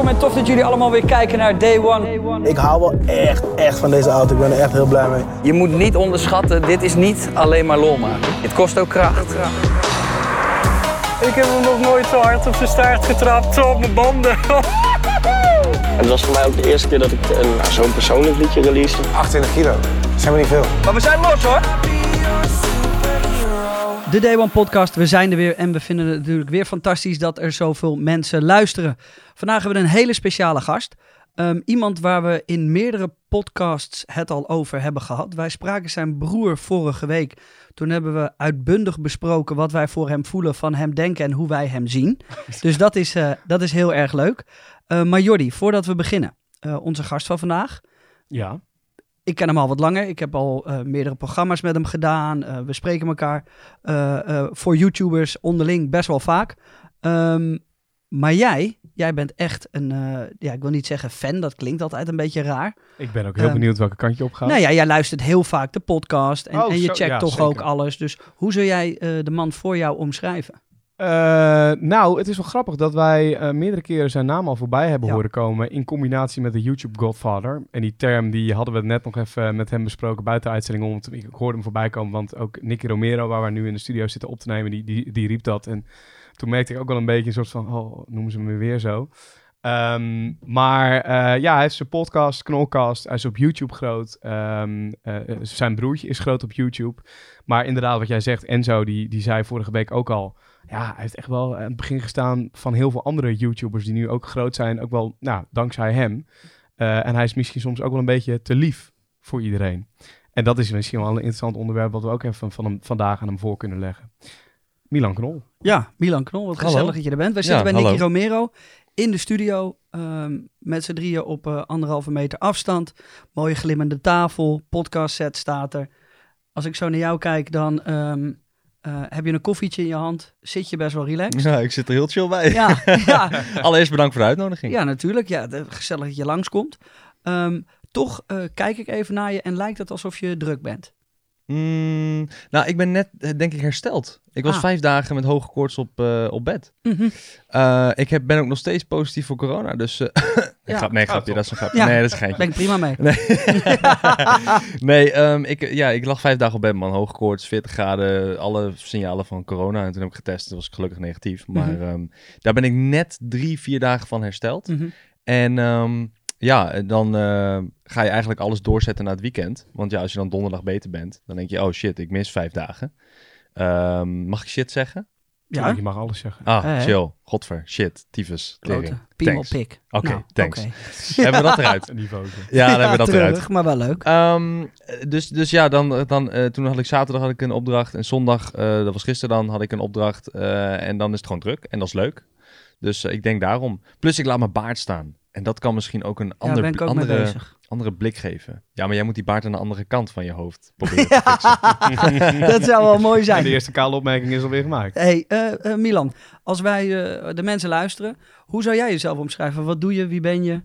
welkom en tof dat jullie allemaal weer kijken naar Day One. Ik hou wel echt van deze auto. Ik ben er echt heel blij mee. Je moet niet onderschatten, dit is niet alleen maar lol maken. Het kost ook kracht. Ik heb hem nog nooit zo hard op zijn staart getrapt, zo op mijn banden. Het was voor mij ook de eerste keer dat ik zo'n persoonlijk liedje release. 28 kilo. Dat zijn we niet veel. Maar we zijn los hoor. De Day One podcast, we zijn er weer en we vinden het natuurlijk weer fantastisch dat er zoveel mensen luisteren. Vandaag hebben we een hele speciale gast. Iemand waar we in meerdere podcasts het al over hebben gehad. Wij spraken zijn broer vorige week. Toen hebben we uitbundig besproken wat wij voor hem voelen, van hem denken en hoe wij hem zien. Dus dat is heel erg leuk. Maar Jordi, voordat we beginnen, onze gast van vandaag. Ja. Ik ken hem al wat langer. Ik heb al meerdere programma's met hem gedaan. We spreken elkaar voor YouTubers onderling best wel vaak. Maar jij bent echt een, ik wil niet zeggen fan, dat klinkt altijd een beetje raar. Ik ben ook heel benieuwd welke kant je op gaat. Nou ja, jij luistert heel vaak de podcast en je checkt toch zeker. ook alles. Dus hoe zou jij de man voor jou omschrijven? Nou, het is wel grappig dat wij meerdere keren zijn naam al voorbij hebben horen komen in combinatie met de YouTube Godfather. En die term die hadden we net nog even met hem besproken buiten de uitzending. Ik hoorde hem voorbij komen, want ook Nicky Romero, waar we nu in de studio zitten op te nemen, die riep dat. En toen merkte ik ook wel een beetje een soort van, noemen ze me weer zo. Maar hij heeft zijn podcast, Knolcast, hij is op YouTube groot. Zijn broertje is groot op YouTube. Maar inderdaad, wat jij zegt, Enzo, die zei vorige week ook al, ja, hij heeft echt wel aan het begin gestaan van heel veel andere YouTubers die nu ook groot zijn. Ook wel, dankzij hem. En hij is misschien soms ook wel een beetje te lief voor iedereen. En dat is misschien wel een interessant onderwerp wat we ook even van hem vandaag aan hem voor kunnen leggen. Milan Knol. Ja, Milan Knol, wat gezellig dat je er bent. Wij zitten bij Nicky Romero in de studio met z'n drieën op 1,5 meter afstand. Mooie glimmende tafel, podcast set staat er. Als ik zo naar jou kijk, dan heb je een koffietje in je hand. Zit je best wel relaxed. Ja, ik zit er heel chill bij. Ja. Allereerst bedankt voor de uitnodiging. Ja, natuurlijk. Ja, gezellig dat je langskomt. Toch kijk ik even naar je en lijkt het alsof je druk bent. Nou, ik ben net, denk ik, hersteld. Ik was 5 dagen met hoge koorts op bed. Mm-hmm. Ik ben ook nog steeds positief voor corona, dus... grapje, dat is een grapje. Ja, nee, dat is een geintje. Ben ik prima mee. Ik lag 5 dagen op bed, man. Hoge koorts, 40 graden, alle signalen van corona. En toen heb ik getest, toen was ik gelukkig negatief. Maar daar ben ik net 3-4 dagen van hersteld. Mm-hmm. En... dan ga je eigenlijk alles doorzetten naar het weekend. Want ja, als je dan donderdag beter bent, dan denk je, oh shit, ik mis 5 dagen. Mag ik shit zeggen? Ja, je mag alles zeggen. Chill. Godver, shit, tyfus, tering. Piemelpik. Oké, thanks. Okay. Hebben we dat eruit? Een niveau. Ja, dan hebben we dat eruit. Maar wel leuk. Dus ja, toen had ik zaterdag een opdracht. En zondag, dat was gisteren dan, had ik een opdracht. En dan is het gewoon druk. En dat is leuk. Dus ik denk daarom. Plus ik laat mijn baard staan. En dat kan misschien ook een andere blik geven. Ja, maar jij moet die baard aan de andere kant van je hoofd proberen te fixen. Dat zou wel mooi zijn. En de eerste kale opmerking is alweer gemaakt. Hey, Milan, als wij de mensen luisteren, hoe zou jij jezelf omschrijven? Wat doe je? Wie ben je?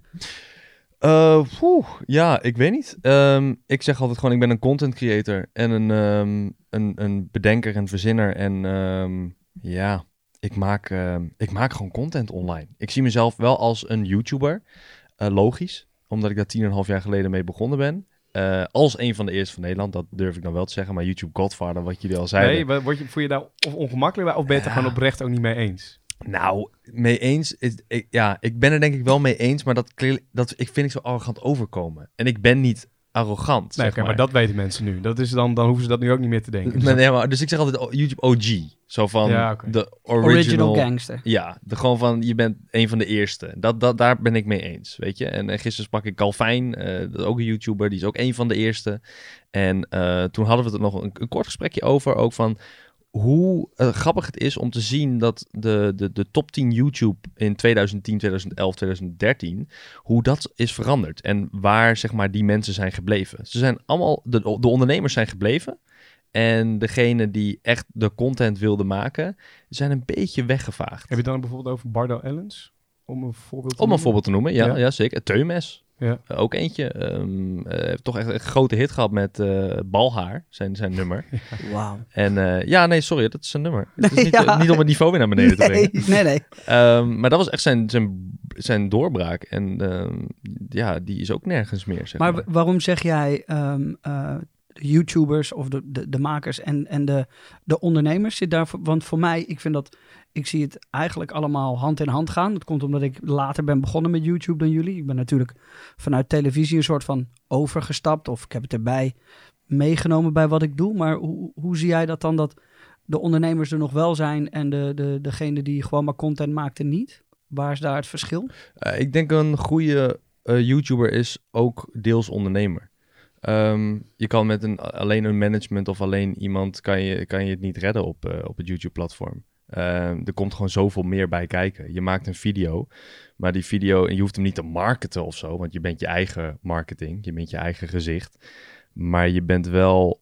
Ja, ik weet niet. Ik zeg altijd gewoon, ik ben een content creator en een bedenker en verzinner. En ik maak gewoon content online. Ik zie mezelf wel als een YouTuber. Logisch, omdat ik daar 10,5 jaar geleden mee begonnen ben. Als een van de eerste van Nederland, dat durf ik dan wel te zeggen. Maar YouTube Godfather, wat jullie al zeiden. Nee, voel je daar of ongemakkelijk bij? Of ben je het er gewoon oprecht ook niet mee eens? Nou, mee eens. Ik ben er denk ik wel mee eens. Maar dat vind ik zo arrogant overkomen. En ik ben niet arrogant. Nee, maar dat weten mensen nu. Dat is dan hoeven ze dat nu ook niet meer te denken. Dus ik zeg altijd YouTube OG. Zo van de original gangster. Ja, gewoon van je bent een van de eerste. Daar ben ik mee eens, weet je. En gisteren sprak ik Calvijn, dat is ook een YouTuber. Die is ook een van de eerste. En toen hadden we het er nog een kort gesprekje over. Ook van hoe grappig het is om te zien dat de top 10 YouTube in 2010, 2011, 2013, hoe dat is veranderd. En waar, zeg maar, die mensen zijn gebleven. Ze zijn allemaal, de ondernemers zijn gebleven. En degene die echt de content wilden maken, zijn een beetje weggevaagd. Heb je dan bijvoorbeeld over Bardo Ellens? Om een voorbeeld te noemen, ja zeker. Teumes. Ja. Ook eentje. Heeft toch echt een grote hit gehad met Balhaar, zijn nummer. Wauw. En sorry, dat is zijn nummer. Het is niet om het niveau weer naar beneden te brengen. Nee. Maar dat was echt zijn zijn doorbraak. En die is ook nergens meer, zeg maar. Waarom zeg jij de YouTubers of de makers en de ondernemers zit daar? Want voor mij, ik zie het eigenlijk allemaal hand in hand gaan. Dat komt omdat ik later ben begonnen met YouTube dan jullie. Ik ben natuurlijk vanuit televisie een soort van overgestapt. Of ik heb het erbij meegenomen bij wat ik doe. Maar hoe zie jij dat dan, dat de ondernemers er nog wel zijn en degene die gewoon maar content maakten niet? Waar is daar het verschil? Ik denk een goede YouTuber is ook deels ondernemer. Je kan met alleen een management of alleen iemand kan je het niet redden op het YouTube-platform. Er komt gewoon zoveel meer bij kijken. Je maakt een video, maar die video, je hoeft hem niet te marketen of zo, want je bent je eigen marketing, je bent je eigen gezicht. Maar je bent wel,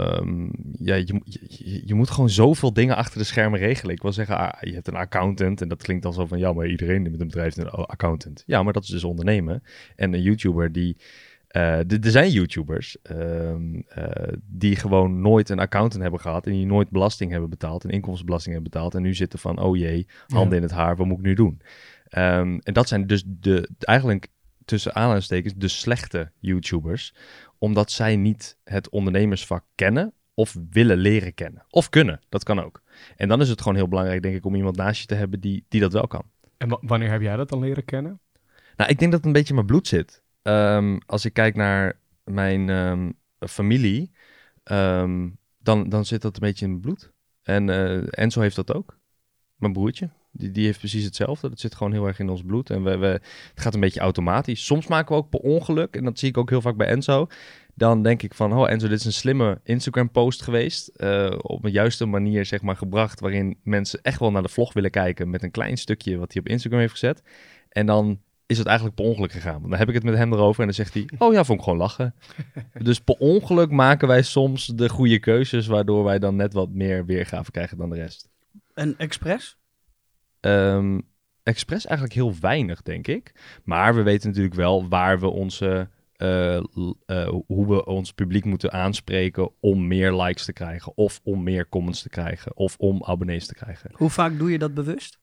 je moet gewoon zoveel dingen achter de schermen regelen. Ik wil zeggen, je hebt een accountant en dat klinkt dan zo van, ja, maar iedereen met een bedrijf heeft een accountant. Ja, maar dat is dus ondernemen. En een YouTuber er zijn YouTubers die gewoon nooit een accountant hebben gehad en die nooit belasting hebben betaald en inkomstenbelasting hebben betaald en nu zitten van, oh jee, handen in het haar, wat moet ik nu doen? En dat zijn dus eigenlijk tussen aanhalingstekens de slechte YouTubers, omdat zij niet het ondernemersvak kennen of willen leren kennen. Of kunnen, dat kan ook. En dan is het gewoon heel belangrijk, denk ik, om iemand naast je te hebben die dat wel kan. En wanneer heb jij dat dan leren kennen? Nou, ik denk dat het een beetje in mijn bloed zit. Als ik kijk naar mijn familie, dan zit dat een beetje in mijn bloed. En Enzo heeft dat ook. Mijn broertje. Die heeft precies hetzelfde. Dat zit gewoon heel erg in ons bloed. En het gaat een beetje automatisch. Soms maken we ook per ongeluk, en dat zie ik ook heel vaak bij Enzo. Dan denk ik van, oh Enzo, dit is een slimme Instagram-post geweest. Op een juiste manier, zeg maar, gebracht. Waarin mensen echt wel naar de vlog willen kijken met een klein stukje wat hij op Instagram heeft gezet. En dan is het eigenlijk per ongeluk gegaan. Want dan heb ik het met hem erover en dan zegt hij, oh ja, vond ik gewoon lachen. Dus per ongeluk maken wij soms de goede keuzes, waardoor wij dan net wat meer weergave krijgen dan de rest. En expres? Expres eigenlijk heel weinig, denk ik. Maar we weten natuurlijk wel waar we hoe we ons publiek moeten aanspreken om meer likes te krijgen, of om meer comments te krijgen, of om abonnees te krijgen. Hoe vaak doe je dat bewust?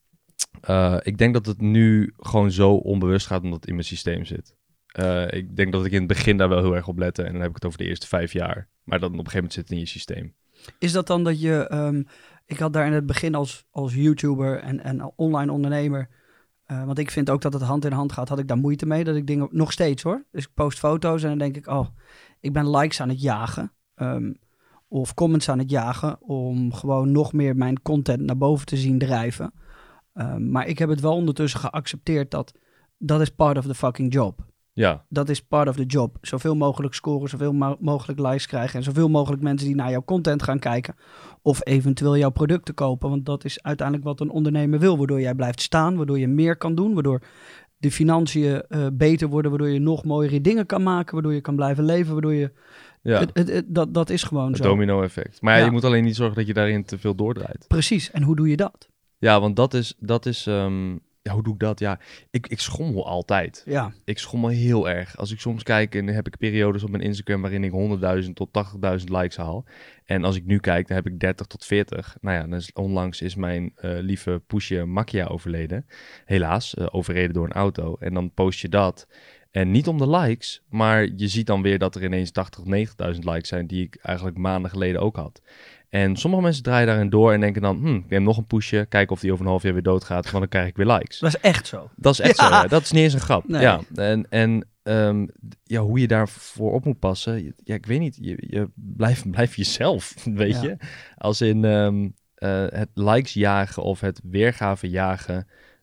Ik denk dat het nu gewoon zo onbewust gaat omdat het in mijn systeem zit. Ik denk dat ik in het begin daar wel heel erg op lette. En dan heb ik het over de eerste 5 jaar. Maar dan op een gegeven moment zit het in je systeem. Is dat dan dat je... ik had daar in het begin als YouTuber en online ondernemer... want ik vind ook dat het hand in hand gaat. Had ik daar moeite mee. Dat ik dingen... Nog steeds hoor. Dus ik post foto's en dan denk ik... Oh, ik ben likes aan het jagen. Of comments aan het jagen. Om gewoon nog meer mijn content naar boven te zien drijven. Maar ik heb het wel ondertussen geaccepteerd dat is part of the fucking job. Ja. Dat is part of the job. Zoveel mogelijk scoren, zoveel mogelijk likes krijgen en zoveel mogelijk mensen die naar jouw content gaan kijken of eventueel jouw producten kopen. Want dat is uiteindelijk wat een ondernemer wil, waardoor jij blijft staan, waardoor je meer kan doen, waardoor de financiën beter worden, waardoor je nog mooiere dingen kan maken, waardoor je kan blijven leven, waardoor je... Ja. Dat is gewoon zo. Het domino-effect. Maar ja, je moet alleen niet zorgen dat je daarin te veel doordraait. Precies. En hoe doe je dat? Ja, want dat is hoe doe ik dat? Ja, ik schommel altijd. Ja. Ik schommel heel erg. Als ik soms kijk, en dan heb ik periodes op mijn Instagram waarin ik 100.000 tot 80.000 likes haal. En als ik nu kijk, dan heb ik 30 tot 40. Nou ja, dan onlangs is mijn lieve poesje Makia overleden. Helaas, overreden door een auto. En dan post je dat. En niet om de likes, maar je ziet dan weer dat er ineens 80 of 90.000 likes zijn die ik eigenlijk maanden geleden ook had. En sommige mensen draaien daarin door en denken dan, ik neem nog een pushje, kijken of die over een half jaar weer doodgaat, want dan krijg ik weer likes. Dat is echt zo. Dat is echt zo, ja. Dat is niet eens een grap. Nee. Ja. En hoe je daarvoor op moet passen, ja, ik weet niet, je blijf jezelf, weet je. Als in het likes jagen of het weergave jagen,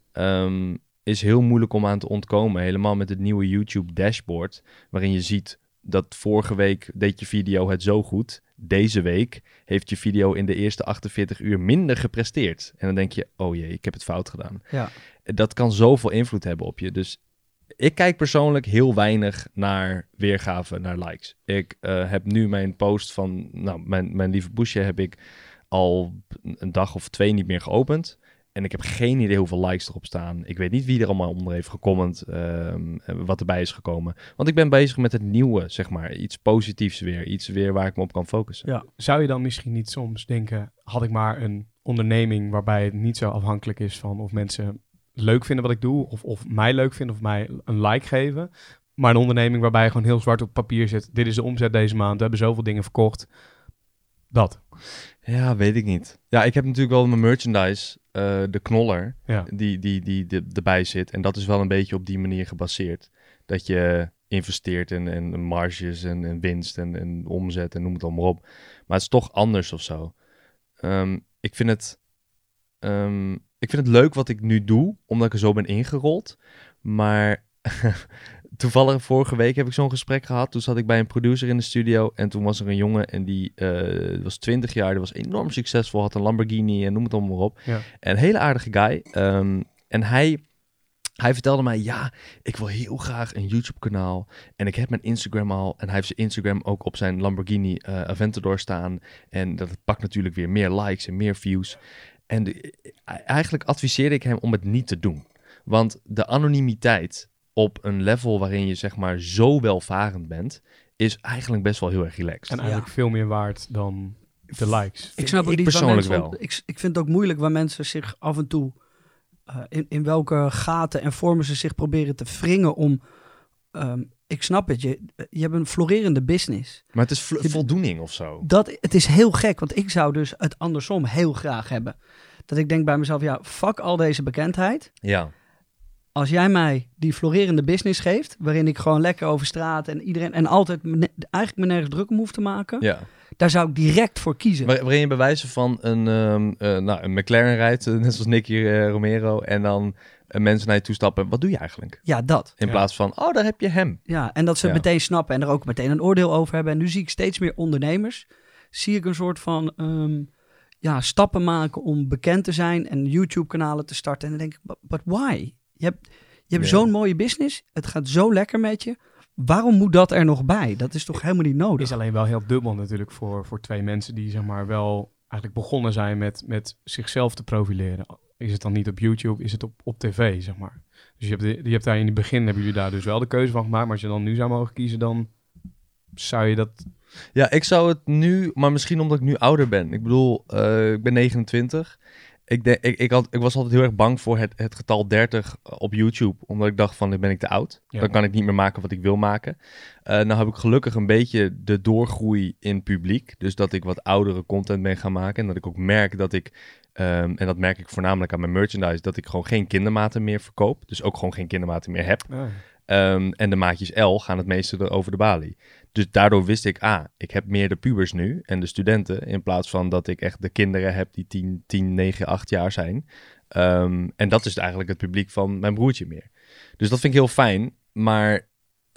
is heel moeilijk om aan te ontkomen. Helemaal met het nieuwe YouTube dashboard, waarin je ziet dat vorige week deed je video het zo goed. Deze week heeft je video in de eerste 48 uur minder gepresteerd. En dan denk je, oh jee, ik heb het fout gedaan. Ja. Dat kan zoveel invloed hebben op je. Dus ik kijk persoonlijk heel weinig naar weergave, naar likes. Ik heb nu mijn post van, mijn lieve poesje heb ik al een dag of 2 niet meer geopend. En ik heb geen idee hoeveel likes erop staan. Ik weet niet wie er allemaal onder heeft gecomment, wat erbij is gekomen. Want ik ben bezig met het nieuwe, zeg maar. Iets positiefs weer. Iets weer waar ik me op kan focussen. Ja. Zou je dan misschien niet soms denken, had ik maar een onderneming waarbij het niet zo afhankelijk is van of mensen leuk vinden wat ik doe, of mij leuk vinden of mij een like geven. Maar een onderneming waarbij je gewoon heel zwart op papier zit. Dit is de omzet deze maand, we hebben zoveel dingen verkocht. Dat. Ja, weet ik niet. Ja, ik heb natuurlijk wel mijn merchandise, de knoller, Ja. die erbij zit. En dat is wel een beetje op die manier gebaseerd. Dat je investeert in marges en winst en omzet en noem het allemaal op. Maar het is toch anders of zo. Ik vind het leuk wat ik nu doe, omdat ik er zo ben ingerold. Maar toevallig vorige week heb ik zo'n gesprek gehad. Toen zat ik bij een producer in de studio en toen was er een jongen en die was 20 jaar. Die was enorm succesvol, had een Lamborghini en noem het allemaal op. Ja. En een hele aardige guy. En hij vertelde mij, ja, ik wil heel graag een YouTube-kanaal. En ik heb mijn Instagram al. En hij heeft zijn Instagram ook op zijn Lamborghini Aventador staan. En dat pakt natuurlijk weer meer likes en meer views. En eigenlijk adviseerde ik hem om het niet te doen. Want de anonimiteit op een level waarin je zeg maar zo welvarend bent, is eigenlijk best wel heel erg relaxed. En eigenlijk veel meer waard dan de likes. Ik snap ook Ik niet waar persoonlijk mensen wel. Ik vind het ook moeilijk waar mensen zich af en toe in welke gaten en vormen ze zich proberen te wringen om. Ik snap het, je hebt een florerende business. Maar het is voldoening of zo. Het is heel gek, want ik zou dus het andersom heel graag hebben. Dat ik denk bij mezelf, ja, fuck al deze bekendheid. Ja. Als jij mij die florerende business geeft, waarin ik gewoon lekker over straat en iedereen en altijd eigenlijk me nergens druk om hoef te maken, Ja. daar zou ik direct voor kiezen. Waarin je bij wijze van een McLaren rijdt, net zoals Nicky Romero, en dan mensen naar je toe stappen. Wat doe je eigenlijk? Ja, dat. In plaats van, oh, daar heb je hem. Ja, en dat ze het Ja. meteen snappen en er ook meteen een oordeel over hebben. En nu zie ik steeds meer ondernemers, zie ik een soort van stappen maken om bekend te zijn en YouTube-kanalen te starten. En dan denk ik, but why? Je hebt zo'n mooie business, het gaat zo lekker met je. Waarom moet dat er nog bij? Dat is toch helemaal niet nodig? Is alleen wel heel dubbel natuurlijk voor twee mensen die zeg maar wel eigenlijk begonnen zijn met zichzelf te profileren. Is het dan niet op YouTube, is het op tv, zeg maar. Dus je hebt daar in het begin, hebben jullie daar dus wel de keuze van gemaakt. Maar als je dan nu zou mogen kiezen, dan zou je dat... Ja, ik zou het nu, maar misschien omdat ik nu ouder ben. Ik bedoel, ik ben 29. Ik was altijd heel erg bang voor het getal 30 op YouTube. Omdat ik dacht van, dan ben ik te oud. Ja. Dan kan ik niet meer maken wat ik wil maken. Nou heb ik gelukkig een beetje de doorgroei in publiek. Dus dat ik wat oudere content ben gaan maken. En dat ik ook merk dat ik, en dat merk ik voornamelijk aan mijn merchandise, dat ik gewoon geen kindermaten meer verkoop. Dus ook gewoon geen kindermaten meer heb. En de maatjes L gaan het meeste over de balie. Dus daardoor wist ik, ik heb meer de pubers nu en de studenten, in plaats van dat ik echt de kinderen heb die 10, 9, 8 jaar zijn. En dat is eigenlijk het publiek van mijn broertje meer. Dus dat vind ik heel fijn, maar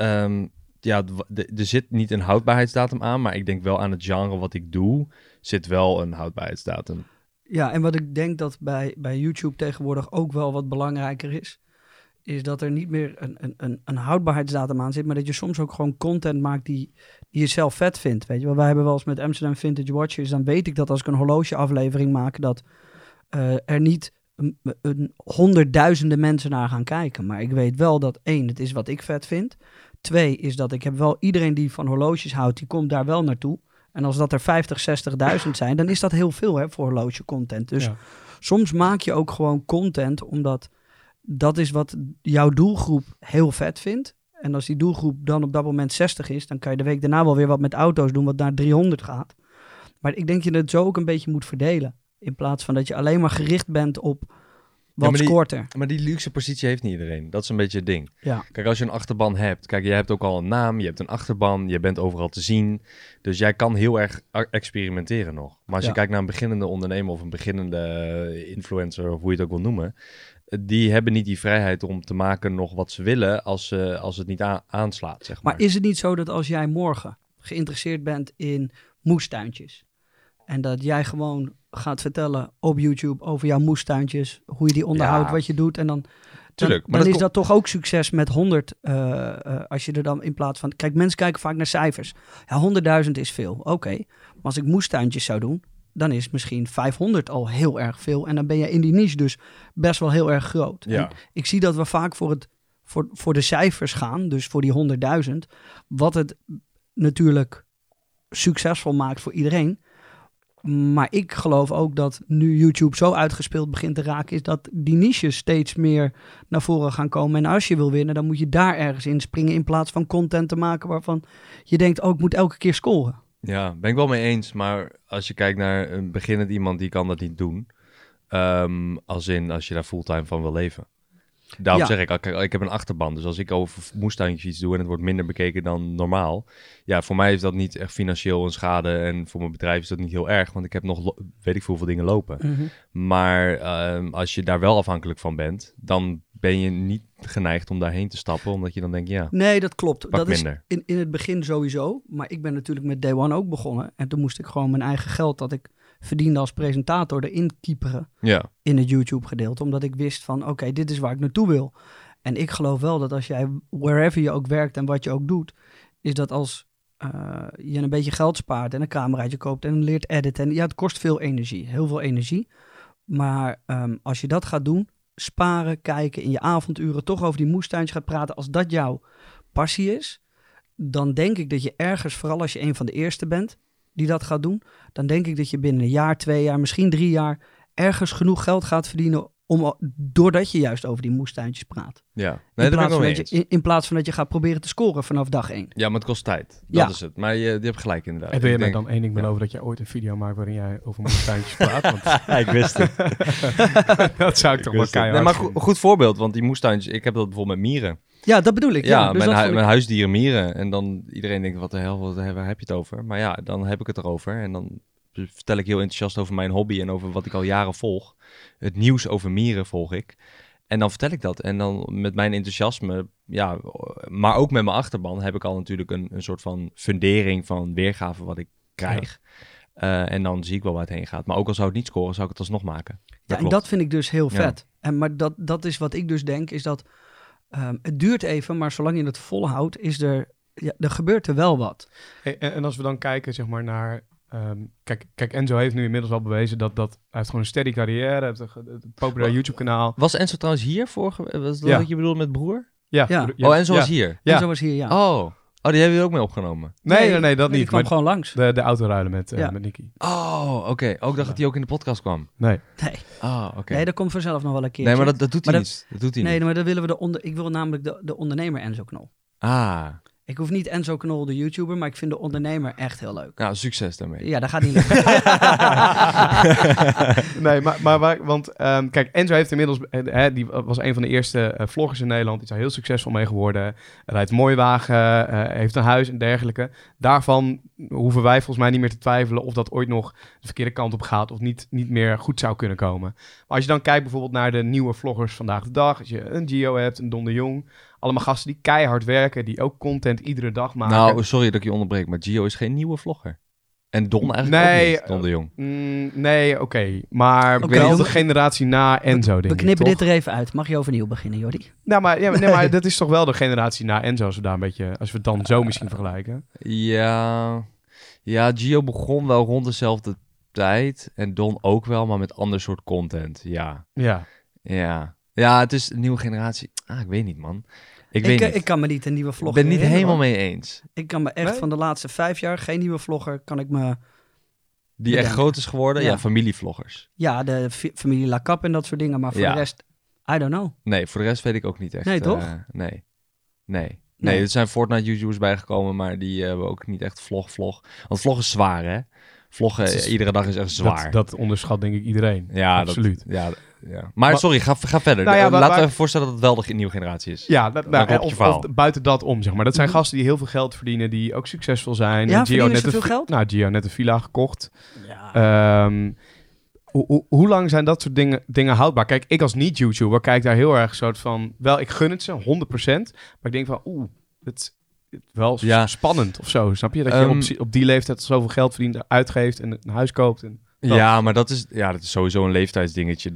er zit niet een houdbaarheidsdatum aan, maar ik denk wel aan het genre wat ik doe, zit wel een houdbaarheidsdatum. Ja, en wat ik denk dat bij YouTube tegenwoordig ook wel wat belangrijker is dat er niet meer een houdbaarheidsdatum aan zit, maar dat je soms ook gewoon content maakt die je zelf vet vindt. Weet je wel, wij hebben wel eens met Amsterdam Vintage Watches, dan weet ik dat als ik een horlogeaflevering maak, dat er niet honderdduizenden mensen naar gaan kijken. Maar ik weet wel dat 1, het is wat ik vet vind. 2, is dat ik heb wel iedereen die van horloges houdt, die komt daar wel naartoe. En als dat er 50, 60.000 zijn, dan is dat heel veel voor horloge content. Dus soms maak je ook gewoon content, omdat dat is wat jouw doelgroep heel vet vindt. En als die doelgroep dan op dat moment 60 is, dan kan je de week daarna wel weer wat met auto's doen, wat naar 300 gaat. Maar ik denk dat je het zo ook een beetje moet verdelen. In plaats van dat je alleen maar gericht bent op wat scoort er. Maar die luxe positie heeft niet iedereen. Dat is een beetje het ding. Ja. Kijk, als je een achterban hebt. Kijk, je hebt ook al een naam. Je hebt een achterban. Je bent overal te zien. Dus jij kan heel erg experimenteren nog. Maar als je kijkt naar een beginnende ondernemer of een beginnende influencer, of hoe je het ook wil noemen, die hebben niet die vrijheid om te maken nog wat ze willen als het niet aanslaat, zeg maar. Maar is het niet zo dat als jij morgen geïnteresseerd bent in moestuintjes en dat jij gewoon gaat vertellen op YouTube over jouw moestuintjes, hoe je die onderhoudt, wat je doet, en dan is dat toch ook succes met 100, als je er dan in plaats van... Kijk, mensen kijken vaak naar cijfers. Ja, 100.000 is veel, oké. Maar als ik moestuintjes zou doen, dan is misschien 500 al heel erg veel. En dan ben je in die niche dus best wel heel erg groot. Ja. En ik zie dat we vaak voor de cijfers gaan, dus voor die 100.000, wat het natuurlijk succesvol maakt voor iedereen. Maar ik geloof ook dat nu YouTube zo uitgespeeld begint te raken, is dat die niches steeds meer naar voren gaan komen. En als je wil winnen, dan moet je daar ergens in springen in plaats van content te maken waarvan je denkt, ik moet elke keer scoren. Ja, ben ik wel mee eens. Maar als je kijkt naar een beginnend iemand, die kan dat niet doen. Als je daar fulltime van wil leven. Daarom zeg ik heb een achterban. Dus als ik over moestuintjes iets doe en het wordt minder bekeken dan normaal. Ja, voor mij is dat niet echt financieel een schade. En voor mijn bedrijf is dat niet heel erg. Want ik heb nog, weet ik veel dingen lopen. Mm-hmm. Maar als je daar wel afhankelijk van bent, dan ben je niet geneigd om daarheen te stappen. Omdat je dan denkt, Nee, dat klopt. Pak Dat minder. is in het begin sowieso. Maar ik ben natuurlijk met Day One ook begonnen. En toen moest ik gewoon mijn eigen geld dat ik verdiende als presentator erin kieperen. Ja. In het YouTube gedeelte. Omdat ik wist van, oké, dit is waar ik naartoe wil. En ik geloof wel dat als jij, wherever je ook werkt en wat je ook doet, is dat als je een beetje geld spaart en een cameraatje koopt en leert editen. En het kost veel energie. Heel veel energie. Maar als je dat gaat doen, sparen, kijken, in je avonduren toch over die moestuintjes gaat praten, als dat jouw passie is, dan denk ik dat je ergens, vooral als je een van de eerste bent die dat gaat doen, dan denk ik dat je binnen een jaar, 2 jaar, misschien 3 jaar ergens genoeg geld gaat verdienen doordat je juist over die moestuintjes praat. Ja, nee, in plaats van dat je gaat proberen te scoren vanaf dag 1. Ja, maar het kost tijd. Dat is het. Maar je hebt gelijk inderdaad. En wil je mij dan één ding beloven dat jij ooit een video maakt waarin jij over moestuintjes praat? Want ik wist het. dat zou ik toch wel keihard maar goed voorbeeld, want die moestuintjes, ik heb dat bijvoorbeeld met mieren. Ja, dat bedoel ik. Ja, dus mijn huisdieren mieren. En dan iedereen denkt, wat de hel, waar heb je het over? Maar ja, dan heb ik het erover. En dan vertel ik heel enthousiast over mijn hobby en over wat ik al jaren volg. Het nieuws over mieren volg ik. En dan vertel ik dat. En dan met mijn enthousiasme, maar ook met mijn achterban, heb ik al natuurlijk een soort van fundering van weergave wat ik krijg. Ja. En dan zie ik wel waar het heen gaat. Maar ook al zou het niet scoren, zou ik het alsnog maken. En dat vind ik dus heel vet. Maar dat is wat ik dus denk, is dat het duurt even, maar zolang je het volhoudt, er gebeurt er wel wat. Hey, en als we dan kijken, zeg maar, naar kijk, Enzo heeft nu inmiddels al bewezen dat hij heeft gewoon een steady carrière, heeft een populair YouTube-kanaal. Was Enzo trouwens hier vorige? Was dat wat je bedoelde met broer? Ja. Oh, Enzo was hier? Enzo was hier, ja. Oh, die hebben we ook mee opgenomen? Nee, dat niet. Die kwam gewoon langs. De auto ruilen met Nicky. Oh, oké. Ook dacht dat hij ook in de podcast kwam? Nee. Oh, oké. Nee, dat komt vanzelf nog wel een keer. Nee, maar dat doet hij niet. Dat doet hij niet. Nee, maar dan willen we ik wil namelijk de ondernemer Enzo Knol. Ah. Ik hoef niet Enzo Knol, de YouTuber, maar ik vind de ondernemer echt heel leuk. Nou, succes daarmee. Ja, dat gaat niet lukken. Nee, want kijk, Enzo heeft inmiddels, die was een van de eerste vloggers in Nederland. Die is daar heel succesvol mee geworden. Rijdt een mooie wagen, heeft een huis en dergelijke. Daarvan hoeven wij volgens mij niet meer te twijfelen of dat ooit nog de verkeerde kant op gaat of niet meer goed zou kunnen komen. Maar als je dan kijkt bijvoorbeeld naar de nieuwe vloggers vandaag de dag, als je een Gio hebt, een Don de Jong, allemaal gasten die keihard werken, die ook content iedere dag maken. Nou, sorry dat ik je onderbreek, maar Gio is geen nieuwe vlogger. En Don eigenlijk ook niet, Don de Jong. Nee, oké. Maar wel de generatie na Enzo, denk ik. We knippen dit er even uit. Mag je overnieuw beginnen, Jordi? Nou, maar dat is toch wel de generatie na Enzo, als we daar een beetje, als we het dan zo misschien vergelijken. Ja, Gio begon wel rond dezelfde tijd. En Don ook wel, maar met ander soort content. Ja, het is een nieuwe generatie. Ik weet niet, man. Ik kan me niet een nieuwe vlogger ben niet helemaal mee eens. Ik kan me echt van de laatste 5 jaar geen nieuwe vlogger, kan ik me... Die echt groot is geworden? Ja, familievloggers. Ja, de familie La Cap en dat soort dingen. Maar voor de rest, I don't know. Nee, voor de rest weet ik ook niet echt. Nee, toch? Nee, er zijn Fortnite-YouTubers bijgekomen, maar die hebben ook niet echt vlog. Want vlog is zwaar, hè? Vloggen iedere dag is echt zwaar. Dat onderschat denk ik iedereen. Ja, absoluut. Ja. Maar sorry, ga verder. Laten we even voorstellen dat het wel de nieuwe generatie is. Ja, of buiten dat om, zeg maar. Dat zijn gasten die heel veel geld verdienen, die ook succesvol zijn. Ja, verdienen ze veel geld? Nou, Gio net een villa gekocht. Ja. Hoe lang zijn dat soort dingen houdbaar? Kijk, ik als niet-YouTuber kijk daar heel erg soort van... Wel, ik gun het ze, 100%. Maar ik denk van, het wel spannend of zo. Snap je? Dat je op die leeftijd zoveel geld verdient, uitgeeft en een huis koopt. En ja, maar dat is sowieso een leeftijdsdingetje.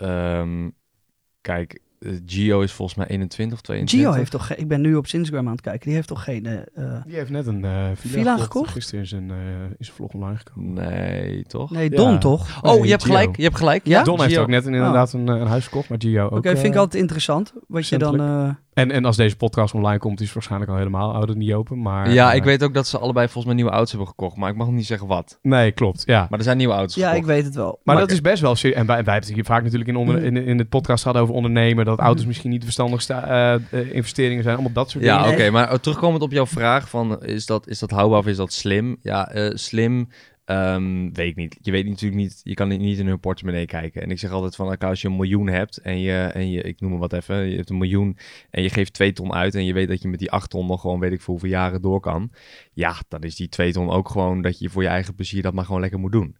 Kijk, Gio is volgens mij 21 of 22. Gio heeft toch... Ik ben nu op Instagram aan het kijken. Die heeft toch geen... Die heeft net een villa gekocht? Gisteren is een vlog online gekomen. Nee, toch? Nee, Don toch? Oh, je hebt gelijk. Ja? Don heeft ook net inderdaad een huis gekocht, maar Gio ook. Oké, vind ik altijd interessant. Wat je dan... En als deze podcast online komt, is het waarschijnlijk al helemaal ouder niet open. Maar, Ja, ik weet ook dat ze allebei volgens mij nieuwe auto's hebben gekocht. Maar ik mag niet zeggen wat. Nee, klopt. Ja. Maar er zijn nieuwe auto's Ja, gekocht. ik weet het wel. Maar dat is best wel serieus. En wij hebben het hier vaak natuurlijk in het podcast gehad over ondernemen. Dat auto's misschien niet de verstandigste investeringen zijn. Allemaal dat soort dingen. Ja, oké. Nee. Maar terugkomend op jouw vraag van is dat houdbaar of is dat slim? Ja, slim... weet ik niet. Je weet natuurlijk niet, je kan niet in hun portemonnee kijken. En ik zeg altijd van, als je $1 miljoen hebt en je, ik noem maar wat even, je hebt $1 miljoen en je geeft 2 ton uit en je weet dat je met die 8 ton nog gewoon, weet ik voor hoeveel jaren door kan. Ja, dan is die 2 ton ook gewoon dat je voor je eigen plezier dat maar gewoon lekker moet doen.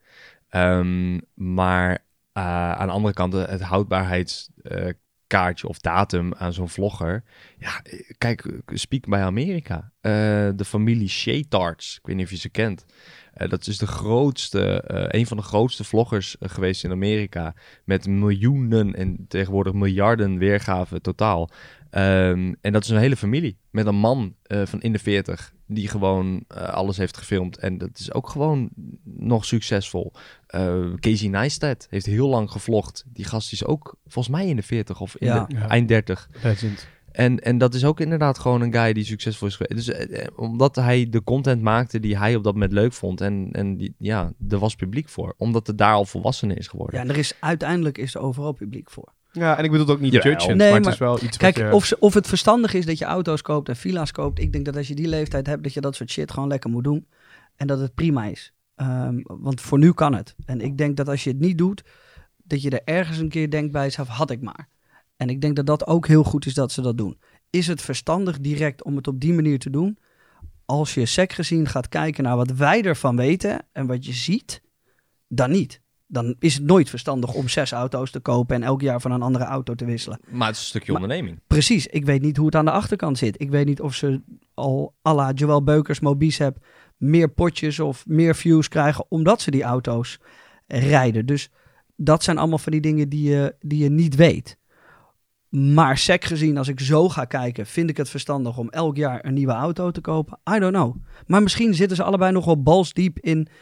Maar aan de andere kant, het houdbaarheidskaartje of datum aan zo'n vlogger. Ja, kijk, speak bij Amerika. De familie Shaytards, ik weet niet of je ze kent. Dat is een van de grootste vloggers geweest in Amerika. Met miljoenen en tegenwoordig miljarden weergaven totaal. En dat is een hele familie. Met een man van in de 40 die gewoon alles heeft gefilmd. En dat is ook gewoon nog succesvol. Casey Neistat heeft heel lang gevlogd. Die gast is ook volgens mij in de 40 of eind 30. Legend. En dat is ook inderdaad gewoon een guy die succesvol is geweest. Dus omdat hij de content maakte die hij op dat moment leuk vond. En er was publiek voor. Omdat het daar al volwassenen is geworden. Ja, en uiteindelijk is er overal publiek voor. Ja, en ik bedoel het ook niet Jawel. judgend, Nee, maar het maar is wel iets Kijk, wat je... of het verstandig is dat je auto's koopt en villa's koopt. Ik denk dat als je die leeftijd hebt, dat je dat soort shit gewoon lekker moet doen. En dat het prima is. Want voor nu kan het. En ik denk dat als je het niet doet, dat je er ergens een keer denkt bij jezelf, had ik maar. En ik denk dat dat ook heel goed is dat ze dat doen. Is het verstandig direct om het op die manier te doen? Als je sec gezien gaat kijken naar wat wij ervan weten en wat je ziet, dan niet. Dan is het nooit verstandig om 6 auto's te kopen en elk jaar van een andere auto te wisselen. Maar het is een stukje onderneming. Precies, ik weet niet hoe het aan de achterkant zit. Ik weet niet of ze al à la Joël Beukers, Mobicep meer potjes of meer views krijgen omdat ze die auto's rijden. Dus dat zijn allemaal van die dingen die je niet weet. Maar sec gezien, als ik zo ga kijken, vind ik het verstandig om elk jaar een nieuwe auto te kopen? I don't know. Maar misschien zitten ze allebei nog wel balsdiep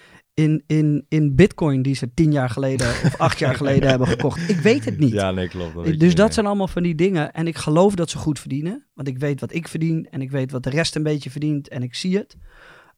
in Bitcoin die ze 10 jaar geleden of 8 jaar geleden hebben gekocht. Ik weet het niet. Ja, nee, klopt. Dus dat zijn allemaal van die dingen. En ik geloof dat ze goed verdienen. Want ik weet wat ik verdien en ik weet wat de rest een beetje verdient en ik zie het.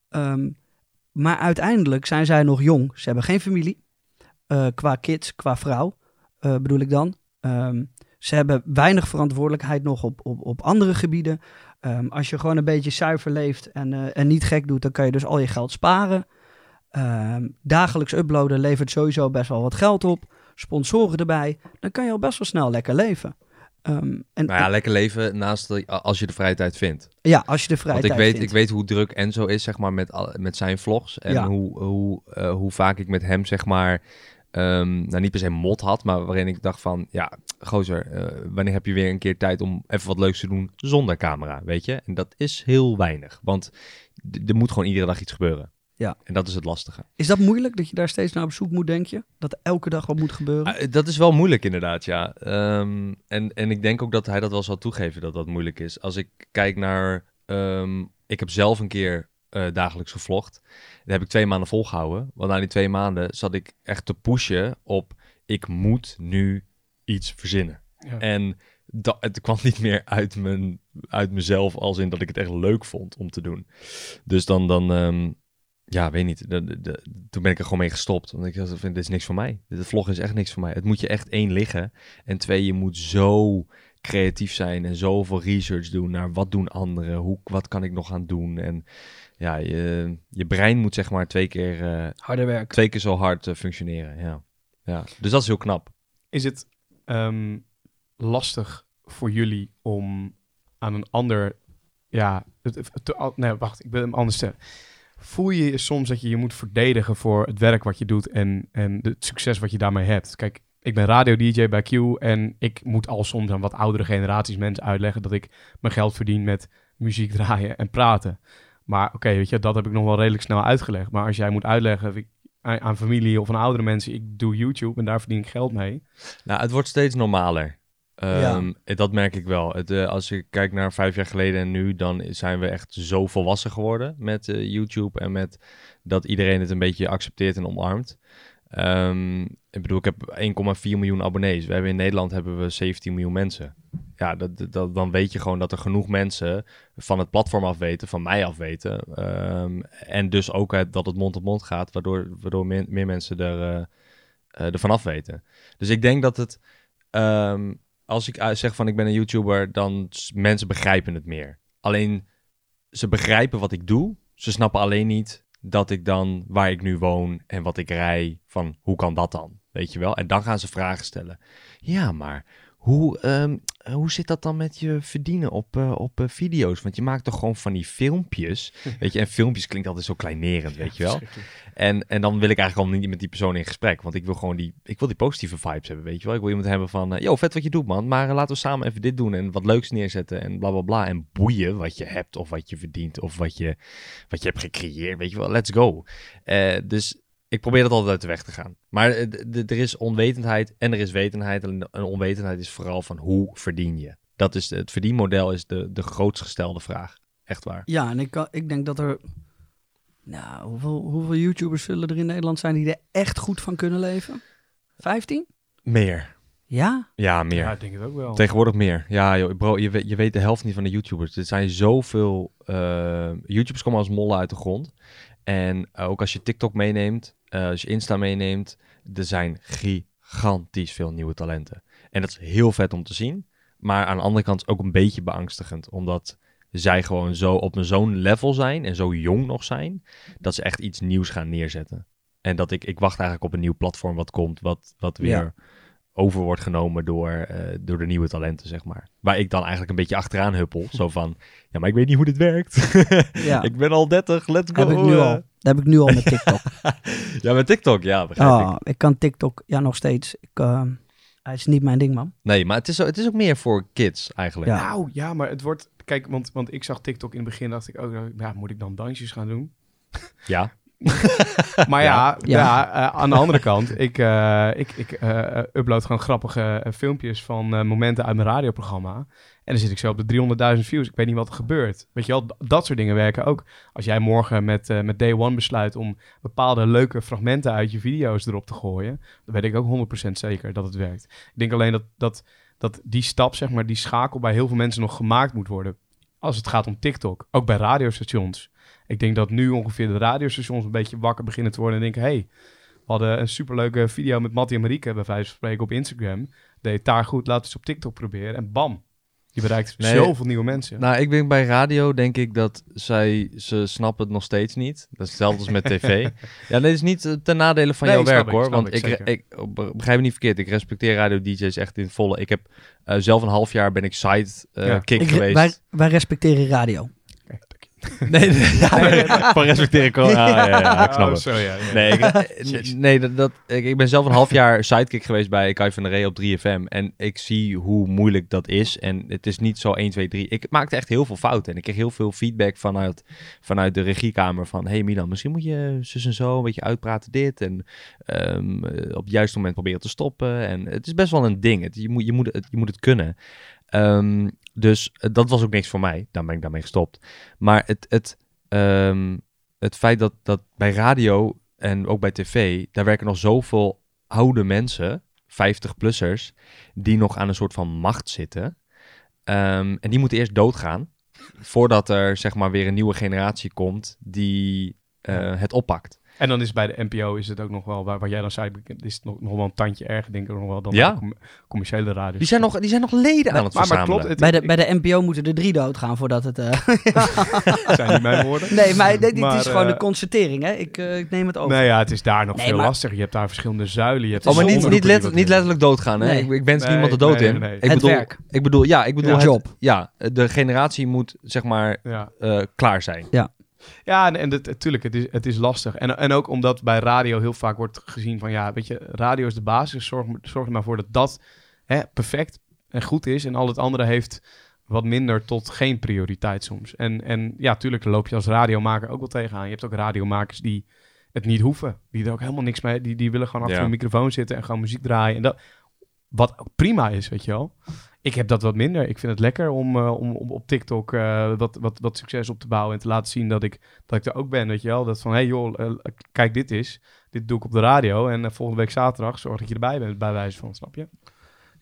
Maar uiteindelijk zijn zij nog jong. Ze hebben geen familie. Qua kids, qua vrouw bedoel ik dan. Ze hebben weinig verantwoordelijkheid nog op andere gebieden. Als je gewoon een beetje zuiver leeft en niet gek doet, dan kan je dus al je geld sparen. Dagelijks uploaden levert sowieso best wel wat geld op. Sponsoren erbij. Dan kan je al best wel snel lekker leven. Lekker leven naast als je de vrije tijd vindt. Ja, als je de vrije tijd vindt. Ik weet hoe druk Enzo is, zeg maar, met zijn vlogs. En hoe vaak ik met hem, zeg maar, niet per se mot had, maar waarin ik dacht van, ja, gozer, wanneer heb je weer een keer tijd om even wat leuks te doen zonder camera, weet je? En dat is heel weinig, want er moet gewoon iedere dag iets gebeuren. Ja. En dat is het lastige. Is dat moeilijk, dat je daar steeds naar op zoek moet, denk je? Dat er elke dag wat moet gebeuren? Dat is wel moeilijk, inderdaad, ja. En ik denk ook dat hij dat wel zal toegeven, dat dat moeilijk is. Als ik kijk naar... ik heb zelf een keer dagelijks gevlogd. Dat heb ik 2 maanden volgehouden. Want na die 2 maanden zat ik echt te pushen op... Ik moet nu iets verzinnen. Ja. En het kwam niet meer uit mezelf, als in dat ik het echt leuk vond om te doen. Dus dan ja, weet niet. Toen ben ik er gewoon mee gestopt. Want ik dacht, dit is niks voor mij. Dit vlog is echt niks voor mij. Het moet je echt 1 liggen. En 2, je moet zo creatief zijn en zoveel research doen naar wat doen anderen. Wat kan ik nog gaan doen? En ja, je brein moet zeg maar 2 keer... harder werken. 2 keer zo hard functioneren, ja. Dus dat is heel knap. Is het lastig voor jullie om aan een ander... Ja, nee, wacht, ik wil hem anders stellen. Voel je je soms dat je moet verdedigen voor het werk wat je doet en het succes wat je daarmee hebt? Kijk, ik ben radio-dj bij Q en ik moet al soms aan wat oudere generaties mensen uitleggen dat ik mijn geld verdien met muziek draaien en praten. Maar oké, weet je, dat heb ik nog wel redelijk snel uitgelegd. Maar als jij moet uitleggen aan familie of aan oudere mensen, ik doe YouTube en daar verdien ik geld mee. Nou, het wordt steeds normaler. Dat merk ik wel. Als ik kijk naar 5 jaar geleden en nu, dan zijn we echt zo volwassen geworden met YouTube en met dat iedereen het een beetje accepteert en omarmt. Ik bedoel, ik heb 1,4 miljoen abonnees. In Nederland hebben we 17 miljoen mensen. ja, dan weet je gewoon dat er genoeg mensen van het platform af weten, van mij af weten. En dus ook dat het mond op mond gaat, waardoor meer mensen er vanaf weten. Dus ik denk dat het, als ik zeg van ik ben een YouTuber, dan mensen begrijpen het meer. Alleen, ze begrijpen wat ik doe. Ze snappen alleen niet dat ik dan, waar ik nu woon en wat ik rij, van hoe kan dat dan? Weet je wel? En dan gaan ze vragen stellen. Ja, maar hoe zit dat dan met je verdienen op video's? Want je maakt toch gewoon van die filmpjes, weet je? En filmpjes klinkt altijd zo kleinerend, weet je wel? En dan wil ik eigenlijk al niet met die persoon in gesprek, want ik wil gewoon die positieve vibes hebben, weet je wel? Ik wil iemand hebben van, vet wat je doet, man, maar laten we samen even dit doen en wat leuks neerzetten en bla bla bla. En boeien wat je hebt of wat je verdient of wat je hebt gecreëerd, weet je wel? Let's go. Dus ik probeer dat altijd uit de weg te gaan. Maar er is onwetendheid en er is wetendheid. En onwetendheid is vooral van hoe verdien je. Dat is het verdienmodel is de grootst gestelde vraag. Echt waar. Ja, en ik denk dat er... Nou, hoeveel YouTubers zullen er in Nederland zijn die er echt goed van kunnen leven? 15? Meer. Ja? Ja, meer. Ja, ik denk het ook wel. Tegenwoordig meer. Ja, joh, bro, je weet de helft niet van de YouTubers. Er zijn zoveel... YouTubers komen als mollen uit de grond. En ook als je TikTok meeneemt, als je Insta meeneemt, er zijn gigantisch veel nieuwe talenten. En dat is heel vet om te zien. Maar aan de andere kant ook een beetje beangstigend. Omdat zij gewoon zo op zo'n level zijn en zo jong nog zijn, dat ze echt iets nieuws gaan neerzetten. En dat ik wacht eigenlijk op een nieuw platform wat komt, wat weer over wordt genomen door de nieuwe talenten, zeg maar. Waar ik dan eigenlijk een beetje achteraan huppel. Zo van, ja, maar ik weet niet hoe dit werkt. Ja. Ik ben al 30, let's go. Dat heb ik nu al met TikTok. Ja, met TikTok, ja, begrijp ik. Ik kan TikTok, ja, nog steeds. Het is niet mijn ding, man. Nee, maar het is ook meer voor kids, eigenlijk. Ja. Nou, ja, maar het wordt... Kijk, want ik zag TikTok in het begin, dacht ik ook, moet ik dan dansjes gaan doen? Ja. Maar aan de andere kant, ik upload gewoon grappige filmpjes van momenten uit mijn radioprogramma. En dan zit ik zo op de 300.000 views. Ik weet niet wat er gebeurt. Weet je wel, dat soort dingen werken ook. Als jij morgen met Day One besluit om bepaalde leuke fragmenten uit je video's erop te gooien, dan weet ik ook 100% zeker dat het werkt. Ik denk alleen dat die stap, zeg maar, die schakel bij heel veel mensen nog gemaakt moet worden. Als het gaat om TikTok. Ook bij radiostations. Ik denk dat nu ongeveer de radiostations een beetje wakker beginnen te worden en denken, hey, we hadden een superleuke video met Mattie en Marieke bij wijze van spreken op Instagram. Deed daar goed, laten we eens op TikTok proberen. En bam, je bereikt zoveel nieuwe mensen. Nou, ik denk bij radio, denk ik dat ze snappen het nog steeds niet. Dat is hetzelfde als met tv. Ja, dit is niet ten nadele van jouw werk, hoor. Want ik begrijp me niet verkeerd. Ik respecteer radio-dj's echt in het volle. Ik heb zelf een half jaar ben ik sidekick geweest. Wij respecteren radio. Nee, van respecteren ik wel. Ik snap het. Sorry, ik ben zelf een half jaar sidekick geweest bij Kai van der Rey op 3FM. En ik zie hoe moeilijk dat is. En het is niet zo 1, 2, 3. Ik maakte echt heel veel fouten. En ik kreeg heel veel feedback vanuit de regiekamer. Van, hey Milan, misschien moet je zus en zo een beetje uitpraten dit. En op het juiste moment proberen te stoppen. En het is best wel een ding. Je moet het kunnen. Dus dat was ook niks voor mij. Daar ben ik daarmee gestopt. Maar het feit dat bij radio en ook bij tv, daar werken nog zoveel oude mensen, 50-plussers, die nog aan een soort van macht zitten. En die moeten eerst doodgaan, voordat er zeg maar weer een nieuwe generatie komt die het oppakt. En dan is bij de NPO is het ook nog wel, waar jij dan zei, is het nog wel een tandje erger, denk ik nog wel, dan de commerciële radio. Die zijn nog leden aan het verzamelen. Maar klopt, bij de NPO moeten er 3 doodgaan voordat het... Zijn niet mijn woorden? Nee, maar dit is gewoon de constatering, hè. Ik neem het over. Nee, ja, het is daar nog veel lastiger. Je hebt daar verschillende zuilen. Je hebt maar niet letterlijk doodgaan, hè. Nee. Ik wens niemand de dood in. Nee. Ik bedoel de job. Ja, de generatie moet, zeg maar, klaar zijn. Ja. Ja, en natuurlijk, het is lastig. En ook omdat bij radio heel vaak wordt gezien van, ja, weet je, radio is de basis. Zorg er maar voor dat perfect en goed is. En al het andere heeft wat minder tot geen prioriteit soms. En ja, tuurlijk, daar loop je als radiomaker ook wel tegenaan. Je hebt ook radiomakers die het niet hoeven. Die er ook helemaal niks mee... Die willen gewoon achter een microfoon zitten en gewoon muziek draaien. En dat, wat ook prima is, weet je wel. Ik heb dat wat minder. Ik vind het lekker om op TikTok wat succes op te bouwen en te laten zien dat ik er ook ben, weet je wel. Dat van, hey joh, kijk, dit doe ik op de radio en volgende week zaterdag zorg dat je erbij bent, bij wijze van, snap je?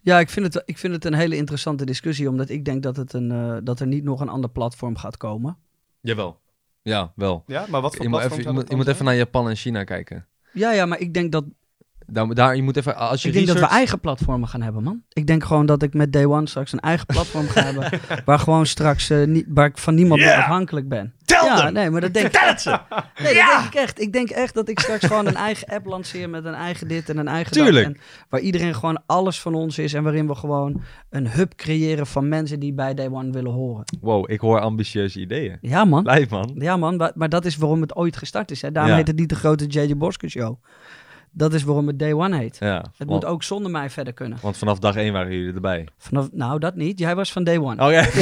Ja, ik vind het een hele interessante discussie, omdat ik denk dat er niet nog een ander platform gaat komen. Jawel. Ja, wel. Ja, maar wat voor Je moet platform even, zou dat dan even zijn? naar Japan en China kijken. Ja, maar ik denk dat Daar, je moet even, als je Ik denk dat we research- eigen platformen gaan hebben, man. Ik denk gewoon dat ik met Day One straks een eigen platform ga hebben. Waar gewoon straks waar ik van niemand meer afhankelijk ben. Nee, maar dat denk ik. Nee, dat denk ik echt. Ik denk echt dat ik straks gewoon een eigen app lanceer met een eigen dit en een eigen Tuurlijk. dat. En waar iedereen gewoon alles van ons is. En waarin we gewoon een hub creëren van mensen die bij Day One willen horen. Wow, ik hoor ambitieuze ideeën. Ja, man. Blijf, man. Ja, man. Maar dat is waarom het ooit gestart is. Hè. Daarom Ja. heet het niet de grote J.J. Bosker Show. Dat is waarom het Day One heet. Ja, Het want, moet ook zonder mij verder kunnen. want vanaf dag 1 waren jullie erbij. Nou, dat niet. Jij was van Day One. Oh ja.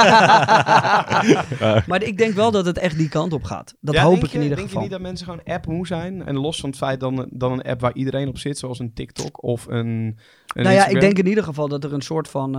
Ja. Maar ik denk wel dat het echt die kant op gaat. Dat Ja, hoop denk ik in ieder Denk geval. je niet dat mensen gewoon app-moe zijn? En los van het feit dan een app waar iedereen op zit, zoals een TikTok of een Nou ja, Instagram? ik denk in ieder geval dat er een soort van...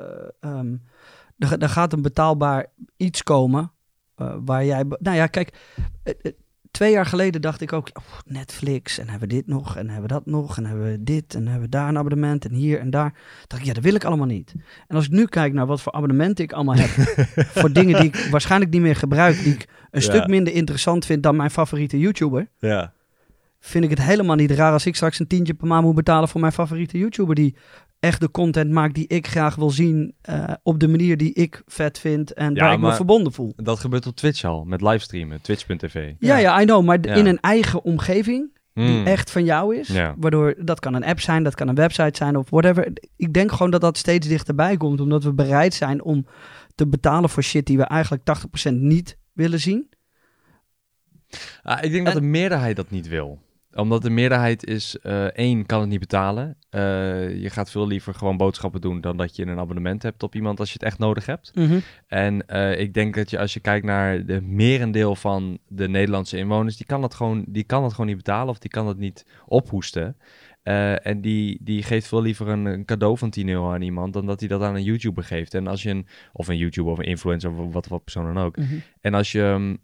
er gaat een betaalbaar iets komen waar jij... Nou ja, kijk... 2 jaar geleden dacht ik ook, Netflix en hebben we dit nog en hebben we dat nog en hebben we dit en hebben we daar een abonnement en hier en daar. Dacht ik, ja, dat wil ik allemaal niet. En als ik nu kijk naar wat voor abonnementen ik allemaal heb voor dingen die ik waarschijnlijk niet meer gebruik, die ik een stuk minder interessant vind dan mijn favoriete YouTuber, Ja. vind ik het helemaal niet raar als ik straks een tientje per maand moet betalen voor mijn favoriete YouTuber die echt de content maakt die ik graag wil zien op de manier die ik vet vind en waar ik me maar- verbonden voel. Dat gebeurt op Twitch al, met livestreamen, twitch.tv. Ja, I know, maar Ja. in een eigen omgeving die echt van jou is. Ja. Waardoor, dat kan een app zijn, dat kan een website zijn of whatever. Ik denk gewoon dat dat steeds dichterbij komt, omdat we bereid zijn om te betalen voor shit die we eigenlijk 80% niet willen zien. Ik denk dat de meerderheid dat niet wil. Omdat de meerderheid is, 1, kan het niet betalen. Je gaat veel liever gewoon boodschappen doen dan dat je een abonnement hebt op iemand als je het echt nodig hebt. En ik denk dat als je kijkt naar de merendeel van de Nederlandse inwoners, die kan dat gewoon niet betalen of die kan het niet ophoesten. En die geeft veel liever een cadeau van €10 aan iemand dan dat hij dat aan een YouTuber geeft. En als je of een YouTuber of een influencer of wat persoon dan ook. En als je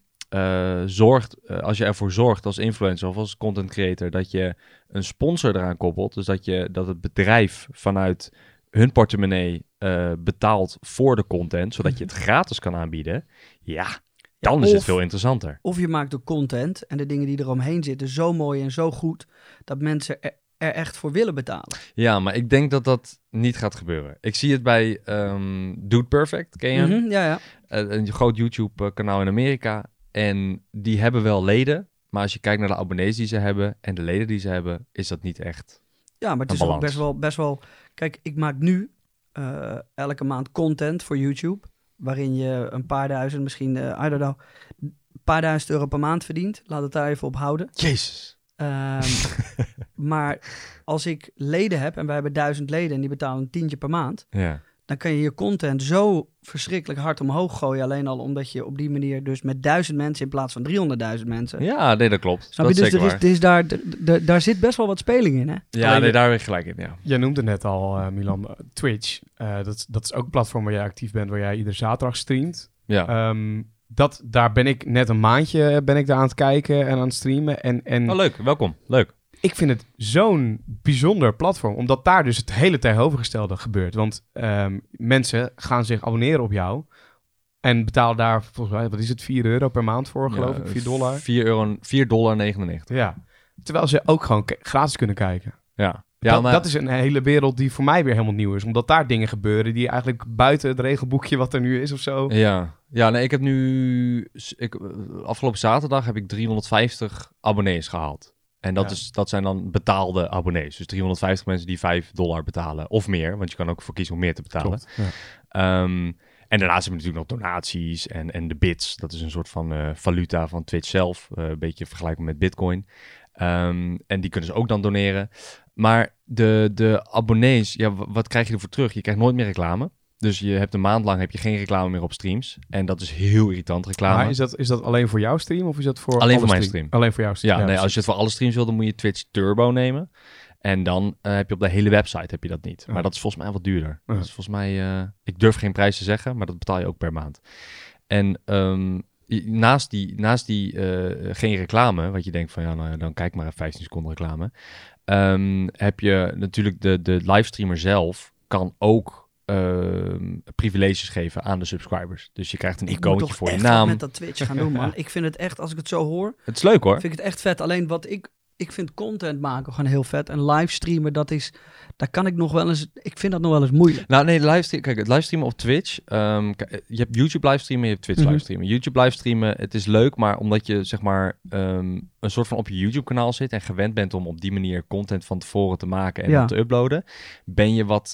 als je ervoor zorgt als influencer of als content creator dat je een sponsor eraan koppelt, dus dat het bedrijf vanuit hun portemonnee betaalt voor de content, zodat je het gratis kan aanbieden, dan is het of- veel interessanter. Of je maakt de content en de dingen die eromheen zitten zo mooi en zo goed dat mensen er echt voor willen betalen. Ja, maar ik denk dat dat niet gaat gebeuren. Ik zie het bij Dude Perfect, ken je hem? Ja. Een groot YouTube-kanaal in Amerika. En die hebben wel leden. Maar als je kijkt naar de abonnees die ze hebben en de leden die ze hebben, is dat niet echt. Ja, maar het Een is ook balans. best wel... Kijk, ik maak nu elke maand content voor YouTube, waarin je een paar duizend, misschien, I don't know, een paar duizend euro per maand verdient. Laat het daar even op houden. Jezus. Maar als ik leden heb en wij hebben 1000 leden en die betalen een tientje per maand, Ja. dan kan je je content zo verschrikkelijk hard omhoog gooien. Alleen al omdat je op die manier dus met 1000 mensen in plaats van 300.000 mensen. Ja, nee, dat klopt. Snap Dat je? is Dus zeker waar. daar zit best wel wat speling in, hè? Ja, Alleen- nee, daar heb je gelijk in, ja. Jij noemde net al, Milan, Twitch. Dat is ook een platform waar jij actief bent, waar jij iedere zaterdag streamt. Ja. Daar ben ik net een maandje daar aan het kijken en aan het streamen. En Oh, leuk. Welkom. Leuk. ik vind het zo'n bijzonder platform, omdat daar dus het hele tegenovergestelde gebeurt. Want mensen gaan zich abonneren op jou en betalen daar volgens mij, wat is het, €4 per maand voor, geloof ik, $4. $4,99. Ja, terwijl ze ook gewoon gratis kunnen kijken. Ja. Ja, Dat is een hele wereld die voor mij weer helemaal nieuw is. Omdat daar dingen gebeuren die eigenlijk buiten het regelboekje wat er nu is of zo. Ja, nee, ik heb afgelopen zaterdag heb ik 350 abonnees gehaald. En dat zijn dan betaalde abonnees. Dus 350 mensen die $5 betalen of meer. Want je kan ook voor kiezen om meer te betalen. Klopt, ja. En daarnaast hebben we natuurlijk nog donaties en de bits. Dat is een soort van valuta van Twitch zelf. Een beetje vergelijkbaar met Bitcoin. En die kunnen ze ook dan doneren. Maar de abonnees, ja, wat krijg je ervoor terug? Je krijgt nooit meer reclame. Dus je hebt een maand lang heb je geen reclame meer op streams. En dat is heel irritant, reclame. Maar is dat alleen voor jouw stream of is dat voor Alleen alle voor mijn stream. Alleen voor jouw stream. Ja, nee, als precies. je het voor alle streams wil, dan moet je Twitch Turbo nemen. En dan heb je op de hele website heb je dat niet. Maar dat is volgens mij wat duurder. Dat is volgens mij, ik durf geen prijs te zeggen, maar dat betaal je ook per maand. En naast die geen reclame, wat je denkt van ja, nou ja, dan kijk maar even 15 seconden reclame. Heb je natuurlijk de livestreamer zelf. kan ook privileges geven aan de subscribers. Dus je krijgt een icoontje voor je Ik naam. moet toch echt wat met dat Twitch gaan doen, man. Ik vind het echt, als ik het zo hoor, Het is leuk hoor. vind ik het echt vet. Alleen wat ik vind content maken gewoon heel vet. En livestreamen, daar kan ik nog wel eens... Ik vind dat nog wel eens moeilijk. Nou nee, het livestreamen op Twitch. Je hebt YouTube livestreamen, je hebt Twitch livestreamen. YouTube livestreamen, het is leuk, maar omdat je zeg maar een soort van op je YouTube kanaal zit en gewend bent om op die manier content van tevoren te maken en dan te uploaden, ben je wat...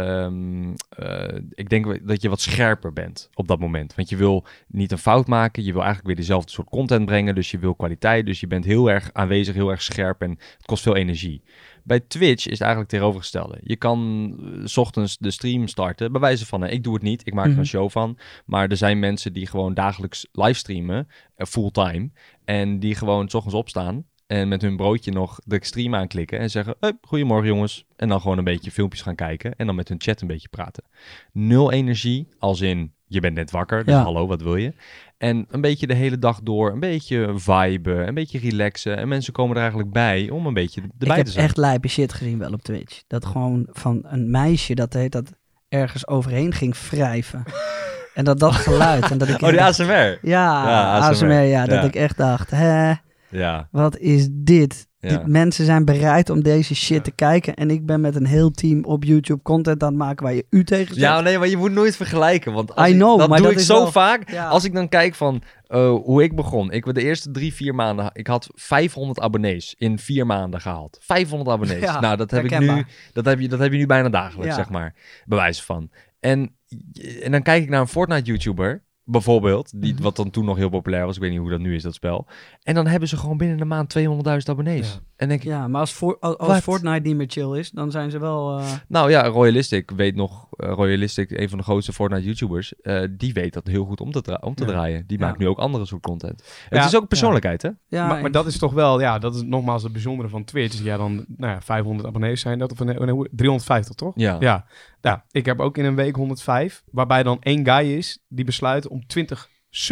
ik denk dat je wat scherper bent op dat moment. Want je wil niet een fout maken, je wil eigenlijk weer dezelfde soort content brengen, dus je wil kwaliteit, dus je bent heel erg aanwezig, heel erg scherp en het kost veel energie. Bij Twitch is het eigenlijk tegenovergestelde. Je kan 's ochtends de stream starten, bij wijze van, ik doe het niet, ik maak er een show van, maar er zijn mensen die gewoon dagelijks livestreamen, fulltime, en die gewoon 's ochtends opstaan en met hun broodje nog de stream aanklikken en zeggen, goedemorgen jongens, en dan gewoon een beetje filmpjes gaan kijken en dan met hun chat een beetje praten. Nul energie, als in, je bent net wakker, dus hallo, wat wil je? En een beetje de hele dag door, een beetje viben, een beetje relaxen. En mensen komen er eigenlijk bij om een beetje erbij te zijn. Ik heb echt lijpe shit gezien wel op Twitch. Dat gewoon van een meisje dat ergens overheen ging wrijven. En dat geluid. En dat ik de ASMR? Ja, ASMR, ja. Dat ik echt dacht, wat is dit? Ja. Mensen zijn bereid om deze shit te kijken. En ik ben met een heel team op YouTube content aan het maken waar je u tegen zegt. Ja, nee, maar je moet nooit vergelijken. Want dat doe ik zo wel vaak. Ja. Als ik dan kijk van hoe ik begon. De eerste 3-4 maanden, ik had 500 abonnees in 4 maanden gehaald. 500 abonnees. Ja, nou, dat heb ik nu. Dat heb je nu bijna dagelijks, zeg maar. Bewijs van. En dan kijk ik naar een Fortnite-YouTuber, bijvoorbeeld, wat dan toen nog heel populair was. Ik weet niet hoe dat nu is, dat spel. En dan hebben ze gewoon binnen een maand 200.000 abonnees. Ja. En denk ik, maar als Fortnite niet meer chill is, dan zijn ze wel... Nou ja, Royalistic weet nog... Royalistic, een van de grootste Fortnite-YouTubers, die weet dat heel goed om te draaien. Die maakt nu ook andere soort content. Het is ook persoonlijkheid, hè? Ja, maar dat is toch wel... dat is nogmaals het bijzondere van Twitch. Ja, dan 500 abonnees zijn dat. Of 350, toch? Ja. Nou, ik heb ook in een week 105, waarbij dan 1 guy is die besluit om 20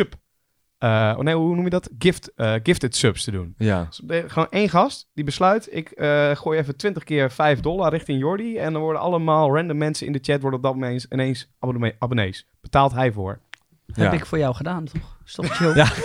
hoe noem je dat? Gifted subs te doen. Ja. Dus gewoon 1 gast die besluit, ik gooi even 20 keer $5 richting Jordi en dan worden allemaal random mensen in de chat worden op dat moment ineens abonnees. Betaalt hij voor. Heb ik voor jou gedaan, toch? Is toch chill? Ja.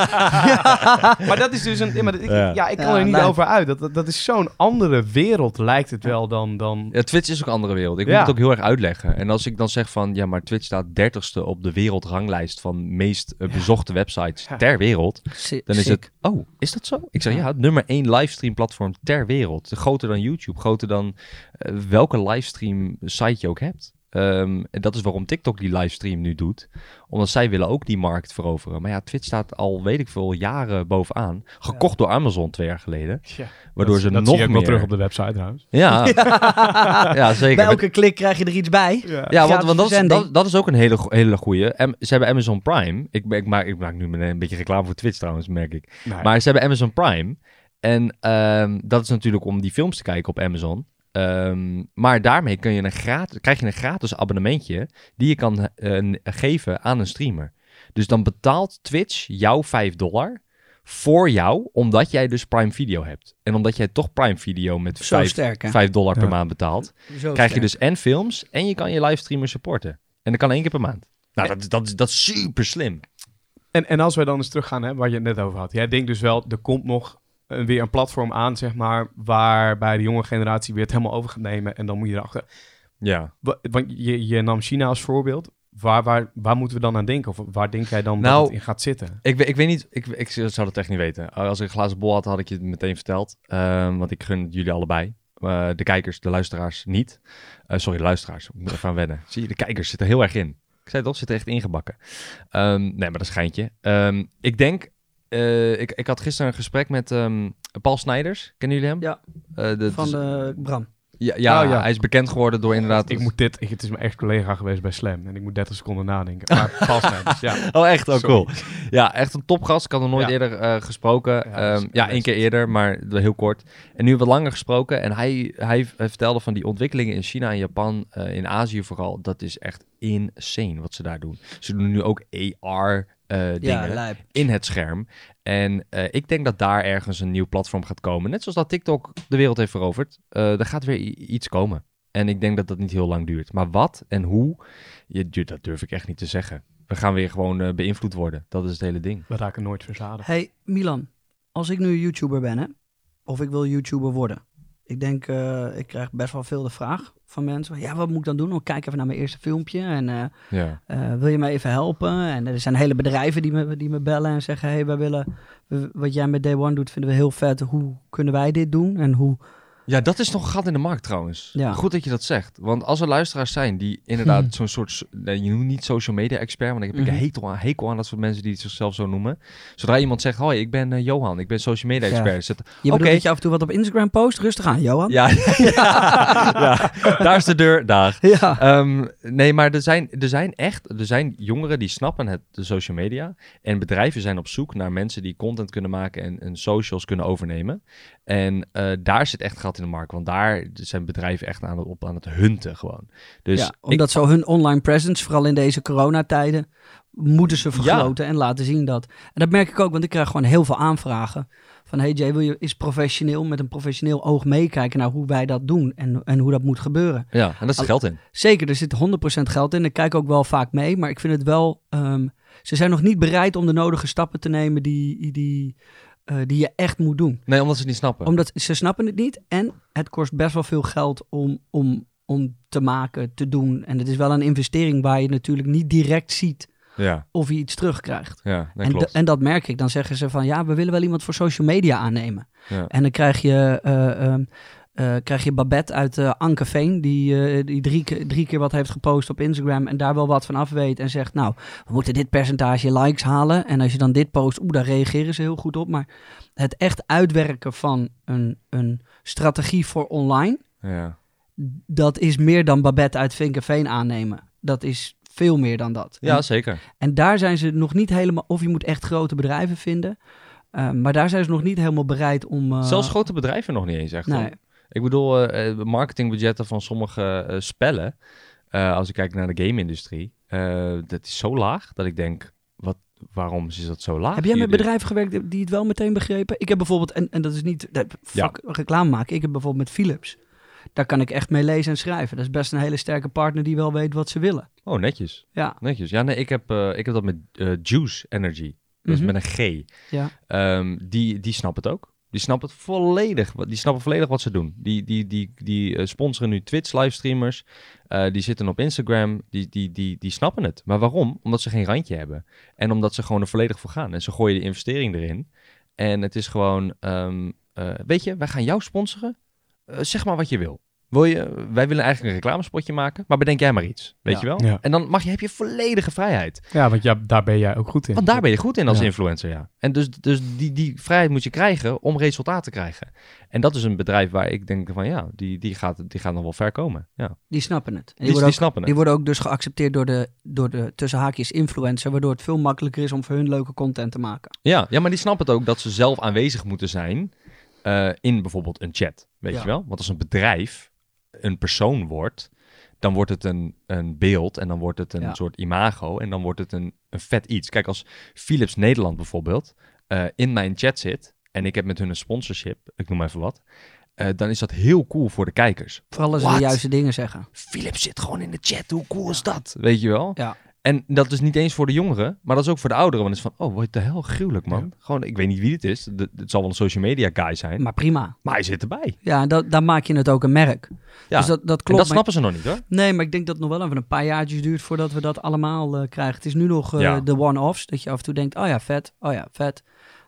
Maar dat is dus ik kan er niet over uit. Dat is zo'n andere wereld, lijkt het wel dan... Ja, Twitch is ook een andere wereld. Ik moet het ook heel erg uitleggen. En als ik dan zeg van, maar Twitch staat 30ste op de wereldranglijst van meest bezochte websites ter wereld. Dan is het, is dat zo? Ik zeg, het nummer 1 livestream platform ter wereld. Groter dan YouTube, groter dan welke livestream site je ook hebt. En dat is waarom TikTok die livestream nu doet. Omdat zij willen ook die markt veroveren. Maar Twitch staat al, weet ik veel, jaren bovenaan. Gekocht door Amazon 2 jaar geleden. Ja, waardoor ze nog meer... Dat zie ik wel terug op de website trouwens. Ja, ja zeker. Bij elke klik krijg je er iets bij. Ja, want dat is ook een hele goeie. Ze hebben Amazon Prime. Ik maak nu een beetje reclame voor Twitch trouwens, merk ik. Nee. Maar ze hebben Amazon Prime. En dat is natuurlijk om die films te kijken op Amazon. Maar daarmee krijg je een gratis abonnementje die je kan geven aan een streamer. Dus dan betaalt Twitch jou $5 voor jou, omdat jij dus Prime Video hebt. En omdat jij toch Prime Video met $5 per maand betaalt, krijg je dus en films en je kan je livestreamer supporten. En dat kan 1 keer per maand. Nou, dat is super slim. En als wij dan eens teruggaan, waar je het net over had. Jij denkt dus wel, er komt nog weer een platform aan, zeg maar, waarbij de jonge generatie weer het helemaal over gaat nemen en dan moet je erachter. Ja. Want je nam China als voorbeeld. Waar moeten we dan aan denken? Of waar denk jij dan dat het in gaat zitten? Ik weet niet, ik zou dat echt niet weten. Als ik een glazen bol had ik je het meteen verteld. Want ik gun het jullie allebei. De kijkers, de luisteraars niet. Sorry, de luisteraars. Ik moet even aan wennen. Zie je, de kijkers zitten heel erg in. Ik zei het al, zitten echt ingebakken. Nee, maar dat is geintje. Ik denk... Ik had gisteren een gesprek met Paul Snijders. Kennen jullie hem? Ja, van de Bram. Ja, hij is bekend geworden door inderdaad... Het is mijn ex-collega geweest bij Slam. En ik moet 30 seconden nadenken. Maar Paul Snijders, ja. Oh, echt? Oh, cool. Ja, echt een topgast. Ik had nog nooit eerder gesproken. Ja, 1 keer eerder, maar heel kort. En nu wat langer gesproken. En hij vertelde van die ontwikkelingen in China en Japan, in Azië vooral. Dat is echt insane wat ze daar doen. Ze doen nu ook AR... dingen in het scherm. En ik denk dat daar ergens een nieuw platform gaat komen. Net zoals dat TikTok de wereld heeft veroverd. Er gaat weer iets komen. En ik denk dat dat niet heel lang duurt. Maar wat en hoe, dat durf ik echt niet te zeggen. We gaan weer gewoon beïnvloed worden. Dat is het hele ding. We raken nooit verzadigd. Hey Milan, als ik nu YouTuber ben, hè, of ik wil YouTuber worden. Ik denk, ik krijg best wel veel de vraag van mensen. Ja, wat moet ik dan doen? Kijk even naar mijn eerste filmpje en wil je mij even helpen? En er zijn hele bedrijven die me bellen en zeggen, hey, wij willen, wat jij met Day One doet, vinden we heel vet. Hoe kunnen wij dit doen? En hoe... Ja, dat is nog een gat in de markt trouwens. Ja. Goed dat je dat zegt. Want als er luisteraars zijn die inderdaad zo'n soort... Nee, je noemt niet social media expert, want ik heb een hekel aan dat soort mensen die zichzelf zo noemen. Zodra iemand zegt, hoi, ik ben Johan, ik ben social media expert. Je bedoelt dat je af en toe wat op Instagram post? Rustig aan, Johan. Ja, daar is de deur, daar. Ja. Nee, maar er zijn jongeren die snappen de social media. En bedrijven zijn op zoek naar mensen die content kunnen maken en socials kunnen overnemen. En daar zit echt gat in de markt. Want daar zijn bedrijven echt aan het hunten gewoon. Dus omdat zo hun online presence, vooral in deze coronatijden, moeten ze vergroten en laten zien dat. En dat merk ik ook, want ik krijg gewoon heel veel aanvragen. Van, hey Jay, wil je eens professioneel, met een professioneel oog meekijken naar hoe wij dat doen en hoe dat moet gebeuren. Ja, en daar zit geld in. Zeker, er zit 100% geld in. Ik kijk ook wel vaak mee, maar ik vind het wel... ze zijn nog niet bereid om de nodige stappen te nemen die je echt moet doen. Nee, omdat ze het niet snappen. Omdat ze snappen het niet en het kost best wel veel geld om te maken, te doen. En het is wel een investering waar je natuurlijk niet direct ziet of je iets terugkrijgt. Ja, dat klopt. En dat merk ik. Dan zeggen ze van, ja, we willen wel iemand voor social media aannemen. Ja. En dan krijg je Babette uit Ankerveen, die drie keer wat heeft gepost op Instagram en daar wel wat van af weet en zegt, nou, we moeten dit percentage likes halen. En als je dan dit post, daar reageren ze heel goed op. Maar het echt uitwerken van een strategie voor online, dat is meer dan Babette uit Vinkerveen aannemen. Dat is veel meer dan dat. Ja, zeker. En daar zijn ze nog niet helemaal, of je moet echt grote bedrijven vinden, maar daar zijn ze nog niet helemaal bereid om... Zelfs grote bedrijven nog niet eens echt. Nee. Hoor. Ik bedoel, marketingbudgetten van sommige spellen, als ik kijk naar de game-industrie, dat is zo laag dat ik denk, waarom is dat zo laag? Heb jij met bedrijven gewerkt die het wel meteen begrepen? Ik heb bijvoorbeeld, en dat is niet reclame maken, ik heb bijvoorbeeld met Philips. Daar kan ik echt mee lezen en schrijven. Dat is best een hele sterke partner die wel weet wat ze willen. Oh, netjes. Ja. Netjes. Ja, nee, ik heb dat met Juice Energy. Dat is met een G. Ja. Die snapt het ook. Die snappen het volledig. Die snappen volledig wat ze doen. Die sponsoren nu Twitch livestreamers. Die zitten op Instagram. Die snappen het. Maar waarom? Omdat ze geen randje hebben. En omdat ze gewoon er volledig voor gaan. En ze gooien de investering erin. En het is gewoon... weet je, wij gaan jou sponsoren. Zeg maar wat je wil. Wij willen eigenlijk een reclamespotje maken, maar bedenk jij maar iets, weet je wel? Ja. En dan heb je volledige vrijheid. Ja, want daar ben jij ook goed in. Want daar ben je goed in als influencer, ja. En dus die vrijheid moet je krijgen om resultaat te krijgen. En dat is een bedrijf waar ik denk van die gaat nog wel ver komen. Ja. Die snappen het. En die worden ook dus geaccepteerd door de tussen haakjes influencer, waardoor het veel makkelijker is om voor hun leuke content te maken. Ja, maar die snappen het ook dat ze zelf aanwezig moeten zijn in bijvoorbeeld een chat, weet je wel? Want als een bedrijf een persoon wordt, dan wordt het een beeld en dan wordt het een soort imago en dan wordt het een vet iets. Kijk, als Philips Nederland bijvoorbeeld in mijn chat zit en ik heb met hun een sponsorship, ik noem even wat, dan is dat heel cool voor de kijkers. Vooral als ze de juiste dingen zeggen. Philips zit gewoon in de chat, hoe cool is dat? Weet je wel? Ja. En dat is niet eens voor de jongeren, maar dat is ook voor de ouderen. Want het is van, wat de hel, gruwelijk man. Ja. Gewoon, ik weet niet wie het is. Het zal wel een social media guy zijn. Maar prima. Maar hij zit erbij. Ja, dan maak je het ook een merk. Ja, dus dat klopt. En dat snappen ze nog niet hoor. Nee, maar ik denk dat het nog wel even een paar jaartjes duurt voordat we dat allemaal krijgen. Het is nu nog de one-offs, dat je af en toe denkt, oh ja, vet.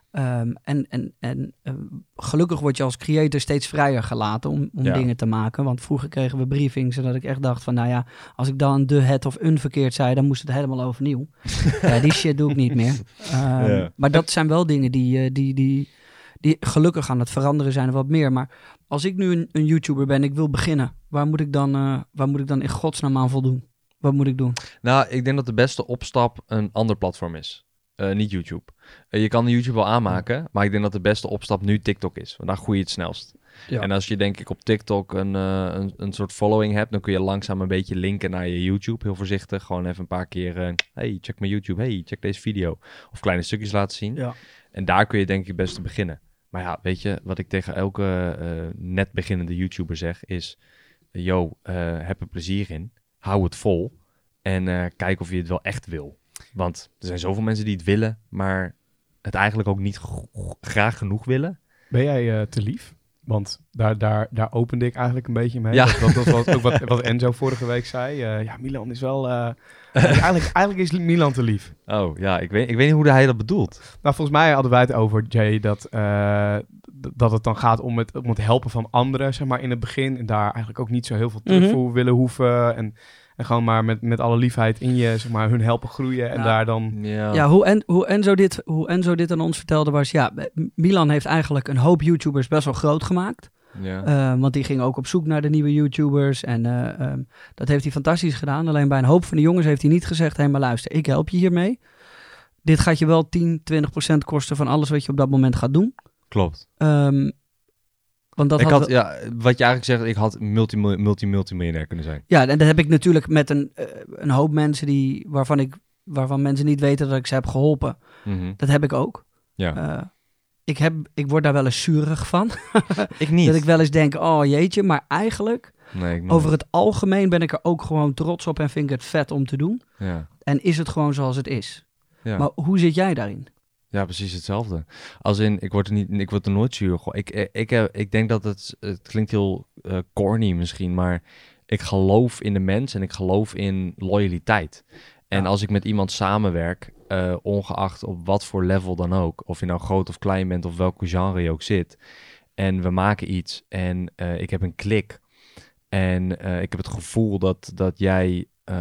Gelukkig word je als creator steeds vrijer gelaten om dingen te maken. Want vroeger kregen we briefings en dat ik echt dacht van, als ik dan het of een verkeerd zei, dan moest het helemaal overnieuw. Die shit doe ik niet meer. Maar dat zijn wel dingen die gelukkig aan het veranderen zijn er wat meer. Maar als ik nu een YouTuber ben, ik wil beginnen, waar moet ik dan in godsnaam aan voldoen? Wat moet ik doen? Nou, ik denk dat de beste opstap een ander platform is. Niet YouTube. Je kan YouTube wel aanmaken, maar ik denk dat de beste opstap nu TikTok is. Want daar groei je het snelst. Ja. En als je denk ik op TikTok een soort following hebt, dan kun je langzaam een beetje linken naar je YouTube. Heel voorzichtig. Gewoon even een paar keer, hey, check mijn YouTube. Hey, check deze video. Of kleine stukjes laten zien. Ja. En daar kun je denk ik het beste beginnen. Maar ja, weet je, wat ik tegen elke net beginnende YouTuber zeg is, heb er plezier in. Hou het vol. En kijk of je het wel echt wil. Want er zijn zoveel mensen die het willen, maar het eigenlijk ook niet graag genoeg willen. Ben jij te lief? Want daar opende ik eigenlijk een beetje mee. Ja. Dat was ook wat Enzo vorige week zei. Milan is wel... eigenlijk is Milan te lief. Oh, ja, ik weet niet hoe hij dat bedoelt. Nou, volgens mij hadden wij het over, Jay, dat het dan gaat om het helpen van anderen, zeg maar, in het begin. En daar eigenlijk ook niet zo heel veel terug voor willen hoeven. En gewoon maar met alle liefheid in je, zeg maar, hun helpen groeien. En daar dan... Ja, hoe Enzo dit aan ons vertelde was... Ja, Milan heeft eigenlijk een hoop YouTubers best wel groot gemaakt. Ja. Want die ging ook op zoek naar de nieuwe YouTubers. En dat heeft hij fantastisch gedaan. Alleen bij een hoop van de jongens heeft hij niet gezegd... Hé, maar luister, ik help je hiermee. Dit gaat je wel 10-20% kosten van alles wat je op dat moment gaat doen. Klopt. Want dat wat je eigenlijk zegt, ik had multimiljonair kunnen zijn. Ja, en dat heb ik natuurlijk met een hoop mensen waarvan mensen niet weten dat ik ze heb geholpen. Mm-hmm. Dat heb ik ook. Ja. Ik word daar wel eens zurig van. Ik niet. Dat ik wel eens denk, oh jeetje, maar eigenlijk... Nee, over het algemeen ben ik er ook gewoon trots op en vind ik het vet om te doen. Ja. En is het gewoon zoals het is. Ja. Maar hoe zit jij daarin? Ja, precies hetzelfde. Als in, ik word er nooit zuur. Ik denk dat het klinkt heel corny misschien, maar ik geloof in de mens en ik geloof in loyaliteit. En als ik met iemand samenwerk, ongeacht op wat voor level dan ook, of je nou groot of klein bent of welke genre je ook zit, en we maken iets en ik heb een klik en ik heb het gevoel dat jij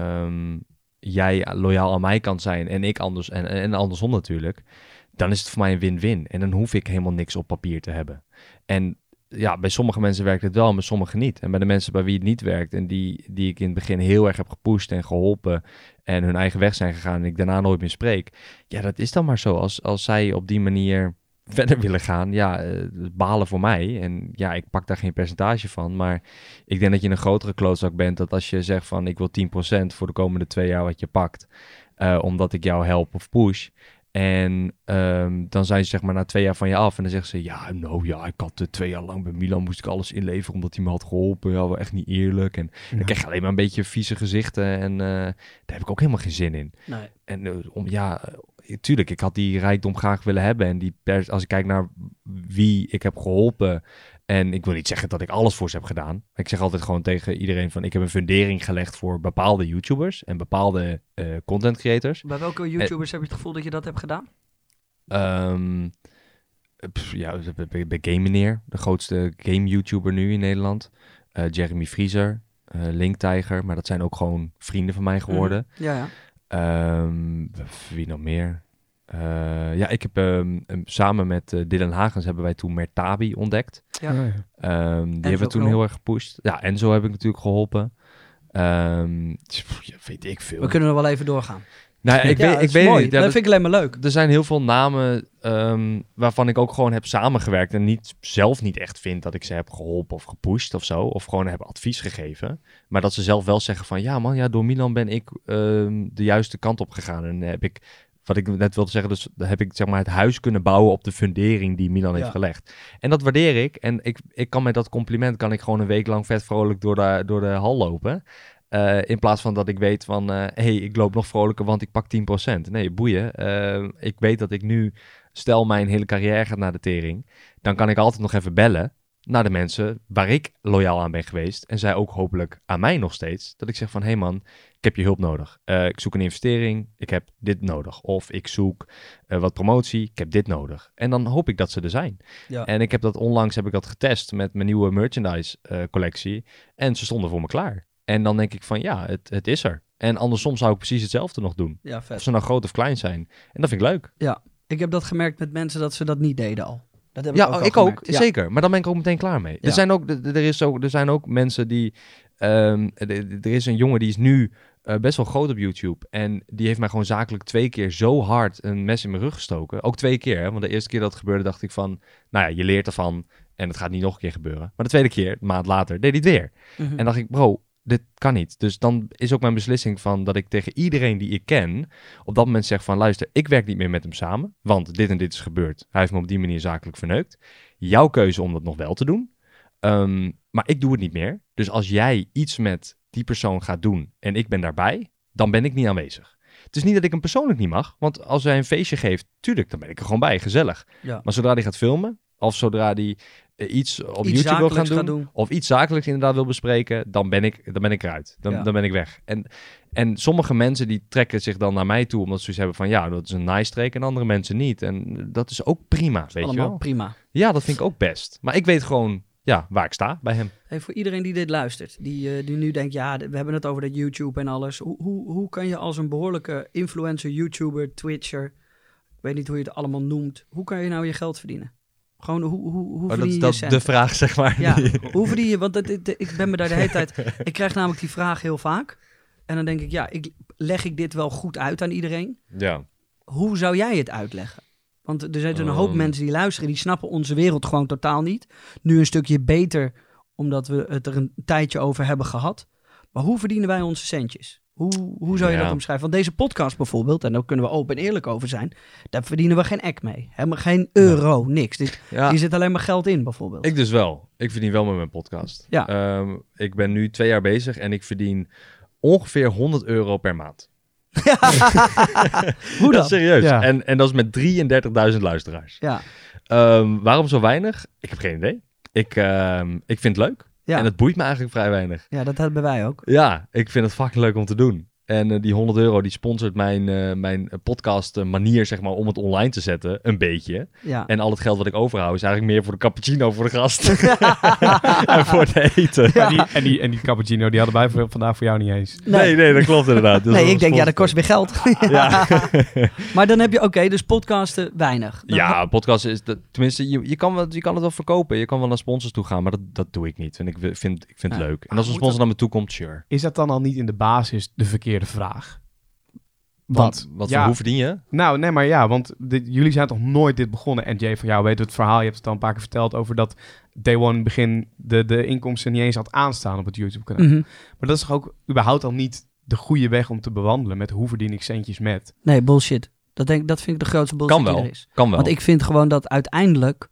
loyaal aan mij kan zijn en ik anders en andersom natuurlijk, dan is het voor mij een win-win. En dan hoef ik helemaal niks op papier te hebben. En ja, bij sommige mensen werkt het wel, bij sommige niet. En bij de mensen bij wie het niet werkt en die ik in het begin heel erg heb gepusht en geholpen en hun eigen weg zijn gegaan en ik daarna nooit meer spreek. Ja, dat is dan maar zo. Als zij op die manier verder willen gaan, balen voor mij. En ja, ik pak daar geen percentage van. Maar ik denk dat je een grotere klootzak bent dat als je zegt van ik wil 10% voor de komende 2 jaar wat je pakt, omdat ik jou help of push. En dan zijn ze zeg maar na 2 jaar van je af. En dan zeggen ze, ik had 2 jaar lang bij Milan, moest ik alles inleveren omdat hij me had geholpen. Ja, wel echt niet eerlijk. En dan krijg je alleen maar een beetje vieze gezichten. En daar heb ik ook helemaal geen zin in. Nee. En tuurlijk, ik had die rijkdom graag willen hebben. En als ik kijk naar wie ik heb geholpen. En ik wil niet zeggen dat ik alles voor ze heb gedaan. Ik zeg altijd gewoon tegen iedereen van, ik heb een fundering gelegd voor bepaalde YouTubers en bepaalde content creators. Bij welke YouTubers heb je het gevoel dat je dat hebt gedaan? Bij Game Meneer, de grootste game YouTuber nu in Nederland. Jeremy Vriezer, Link Tiger, maar dat zijn ook gewoon vrienden van mij geworden. Ja. Wie nog meer? Ik heb samen met Dylan Hagens hebben wij toen Mertabi ontdekt. Ja. Die hebben we toen heel erg gepusht. Ja, Enzo heb ik natuurlijk geholpen. Weet ik veel. We kunnen er wel even doorgaan. Nou, ik weet mooi. niet. Dat vind ik alleen maar leuk. Er zijn heel veel namen waarvan ik ook gewoon heb samengewerkt en zelf niet echt vind dat ik ze heb geholpen of gepusht of zo. Of gewoon heb advies gegeven. Maar dat ze zelf wel zeggen van, ja man, door Milan ben ik de juiste kant op gegaan. En heb ik, wat ik net wilde zeggen, dus heb ik zeg maar het huis kunnen bouwen op de fundering die Milan heeft gelegd. En dat waardeer ik. En ik kan met dat compliment kan ik gewoon een week lang vet vrolijk door de hal lopen. In plaats van dat ik weet van, ik loop nog vrolijker, want ik pak 10%. Nee, boeien. Ik weet dat ik nu, stel mijn hele carrière gaat naar de tering, dan kan ik altijd nog even bellen naar de mensen waar ik loyaal aan ben geweest. En zij ook hopelijk aan mij nog steeds. Dat ik zeg van, hey man, ik heb je hulp nodig. Ik zoek een investering, ik heb dit nodig. Of ik zoek wat promotie, ik heb dit nodig. En dan hoop ik dat ze er zijn. Ja. En onlangs heb ik dat getest met mijn nieuwe merchandise collectie. En ze stonden voor me klaar. En dan denk ik van, ja, het is er. En andersom zou ik precies hetzelfde nog doen. Ja, vet. Of ze nou groot of klein zijn. En dat vind ik leuk. Ja, ik heb dat gemerkt met mensen dat ze dat niet deden al. Dat heb ik ook. Ja. Zeker. Maar dan ben ik ook meteen klaar mee. Ja. Er zijn ook mensen die... er is een jongen die is nu best wel groot op YouTube. En die heeft mij gewoon zakelijk 2 keer zo hard een mes in mijn rug gestoken. Ook 2 keer. Hè? Want de eerste keer dat het gebeurde dacht ik van... Nou ja, je leert ervan. En het gaat niet nog een keer gebeuren. Maar de tweede keer, een maand later, deed hij het weer. Mhm. En dacht ik, bro, dit kan niet. Dus dan is ook mijn beslissing van dat ik tegen iedereen die ik ken op dat moment zeg van, luister, ik werk niet meer met hem samen, want dit en dit is gebeurd. Hij heeft me op die manier zakelijk verneukt. Jouw keuze om dat nog wel te doen. Maar ik doe het niet meer. Dus als jij iets met die persoon gaat doen en ik ben daarbij, dan ben ik niet aanwezig. Het is niet dat ik hem persoonlijk niet mag, want als hij een feestje geeft, tuurlijk, dan ben ik er gewoon bij, gezellig. Ja. Maar zodra hij gaat filmen, of zodra hij iets op Iets YouTube wil gaan zakelijks doen, gaat doen. of iets zakelijks inderdaad wil bespreken, dan ben ik eruit. Dan ben ik weg. En sommige mensen die trekken zich dan naar mij toe, omdat ze zoiets hebben van, ja, dat is een nice streek, en andere mensen niet. En dat is ook prima, weet je Allemaal wel. prima. Ja, dat vind ik ook best. Maar ik weet gewoon, ja, waar ik sta bij hem. Hey, voor iedereen die dit luistert, die nu denkt, ja, we hebben het over dat YouTube en alles. Hoe kan je als een behoorlijke influencer, YouTuber, Twitcher, ik weet niet hoe je het allemaal noemt, hoe kan je nou je geld verdienen? Gewoon, hoe verdien je dat is je de vraag, zeg maar. Ja, hoe verdien je, want ik ben me daar de hele tijd, ik krijg namelijk die vraag heel vaak. En dan denk ik, ja, leg ik dit wel goed uit aan iedereen? Ja. Hoe zou jij het uitleggen? Want er zijn een hoop mensen die luisteren, die snappen onze wereld gewoon totaal niet. Nu een stukje beter, omdat we het er een tijdje over hebben gehad. Maar hoe verdienen wij onze centjes? Hoe zou je dat omschrijven? Want deze podcast bijvoorbeeld, en daar kunnen we open en eerlijk over zijn, daar verdienen we geen ek mee. Helemaal geen euro, niks. Hier zit alleen maar geld in bijvoorbeeld. Ik dus wel. Ik verdien wel met mijn podcast. Ja. Ik ben nu 2 jaar bezig en ik verdien ongeveer €100 per maand. Hoe dan? Serieus. Ja. En dat is met 33.000 luisteraars. Ja. Waarom zo weinig? Ik heb geen idee. Ik vind het leuk. Ja. En het boeit me eigenlijk vrij weinig. Ja, dat hebben wij ook. Ja, ik vind het fucking leuk om te doen. En die €100 die sponsort mijn podcast manier, zeg maar, om het online te zetten. Een beetje. Ja. En al het geld wat ik overhoud is eigenlijk meer voor de cappuccino voor de gast. En voor het eten. Ja. En die cappuccino, die hadden wij vandaag voor jou niet eens. Nee, dat klopt inderdaad. Dus Nee, ik denk, ja, dat kost weer geld. Ja. Maar dan heb je, dus podcasten weinig. Dan Ja, podcasten is... Tenminste, je kan het wel verkopen. Je kan wel naar sponsors toe gaan, maar dat doe ik niet. En ik vind het leuk. En als een sponsor naar me toe komt, sure. Is dat dan al niet in de basis de verkeerde vraag? Wat hoe verdien je? Nou, nee, maar ja, want jullie zijn toch nooit dit begonnen? En Jay, van jou weet het verhaal, je hebt het al een paar keer verteld over dat Day One in het begin de inkomsten niet eens had aanstaan op het YouTube-kanaal. Mhm. Maar dat is toch ook überhaupt al niet de goede weg om te bewandelen met hoe verdien ik centjes met? Nee, bullshit. Dat vind ik de grootste bullshit die er is. Kan wel. Want ik vind gewoon dat uiteindelijk...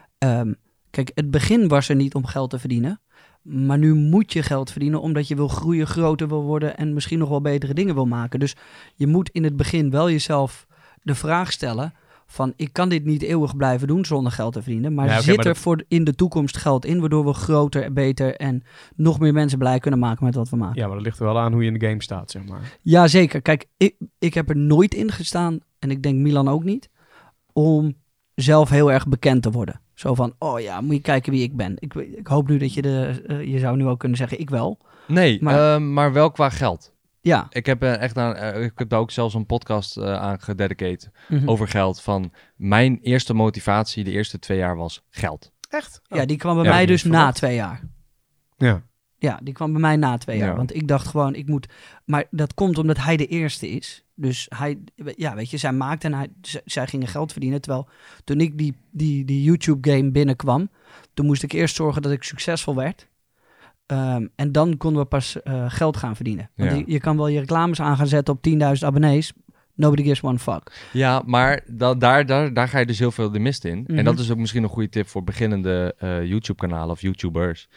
kijk, het begin was er niet om geld te verdienen. Maar nu moet je geld verdienen omdat je wil groeien, groter wil worden en misschien nog wel betere dingen wil maken. Dus je moet in het begin wel jezelf de vraag stellen van ik kan dit niet eeuwig blijven doen zonder geld te verdienen. Maar Ja, oké, zit maar er voor in de toekomst geld in waardoor we groter en beter en nog meer mensen blij kunnen maken met wat we maken? Ja, maar dat ligt er wel aan hoe je in de game staat, zeg maar. Ja, zeker. Kijk, ik heb er nooit in gestaan, en ik denk Milan ook niet, om zelf heel erg bekend te worden. Zo van, oh ja, moet je kijken wie ik ben. Ik hoop nu dat je zou nu ook kunnen zeggen, ik wel. Nee, maar wel qua geld. Ja. Ik heb ik heb daar ook zelfs een podcast aan gededicated Mhm. over geld. Van mijn eerste motivatie de eerste 2 jaar was geld. Echt? Ja, die kwam bij Ja, mij dat dus is na verwacht. 2 jaar. Ja. Ja, die kwam bij mij na 2 jaar. Ja. Want ik dacht gewoon, ik moet... Maar dat komt omdat hij de eerste is. Dus hij... Ja, weet je, zij maakte en zij gingen geld verdienen. Terwijl toen ik die YouTube-game binnenkwam... Toen moest ik eerst zorgen dat ik succesvol werd. En dan konden we pas geld gaan verdienen. Want Ja. je kan wel je reclames aan gaan zetten op 10.000 abonnees. Nobody gives one fuck. Ja, maar daar ga je dus heel veel de mist in. Mhm. En dat is ook misschien een goede tip voor beginnende YouTube-kanalen of YouTubers.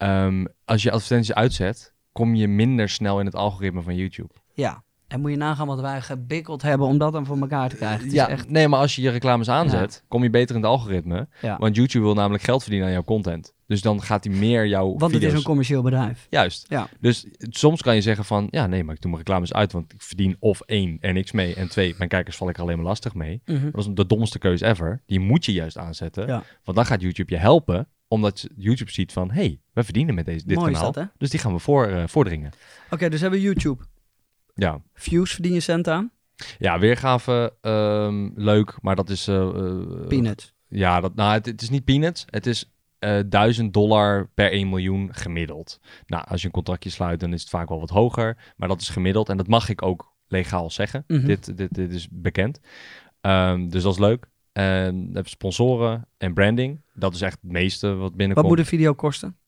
Als je advertenties uitzet, kom je minder snel in het algoritme van YouTube. Ja. En moet je nagaan wat wij gebikkeld hebben om dat dan voor elkaar te krijgen. Het is Ja, echt... nee, maar als je je reclames aanzet, kom je beter in het algoritme. Ja. Want YouTube wil namelijk geld verdienen aan jouw content. Dus dan gaat hij meer jouw Want het video's... is een commercieel bedrijf. Juist. Ja. Dus soms kan je zeggen van... Ja, nee, maar ik doe mijn reclames uit. Want ik verdien of 1, er niks mee. En 2, mijn kijkers val ik er alleen maar lastig mee. Mhm. Dat is de domste keuze ever. Die moet je juist aanzetten. Ja. Want dan gaat YouTube je helpen. Omdat YouTube ziet van... Hey, we verdienen met dit Mooi is kanaal. dat, hè? Dus die gaan we voordringen. Oké, dus hebben we YouTube. Ja. Views verdien je cent aan. Ja, weergave leuk. Maar dat is... Peanuts. Ja, het is niet peanuts. Het is $1.000 per 1 miljoen gemiddeld. Nou, als je een contractje sluit, dan is het vaak wel wat hoger. Maar dat is gemiddeld. En dat mag ik ook legaal zeggen. Mhm. Dit is bekend. Dus dat is leuk. En heb sponsoren en branding. Dat is echt het meeste wat Wat binnenkomt. moet een video kosten?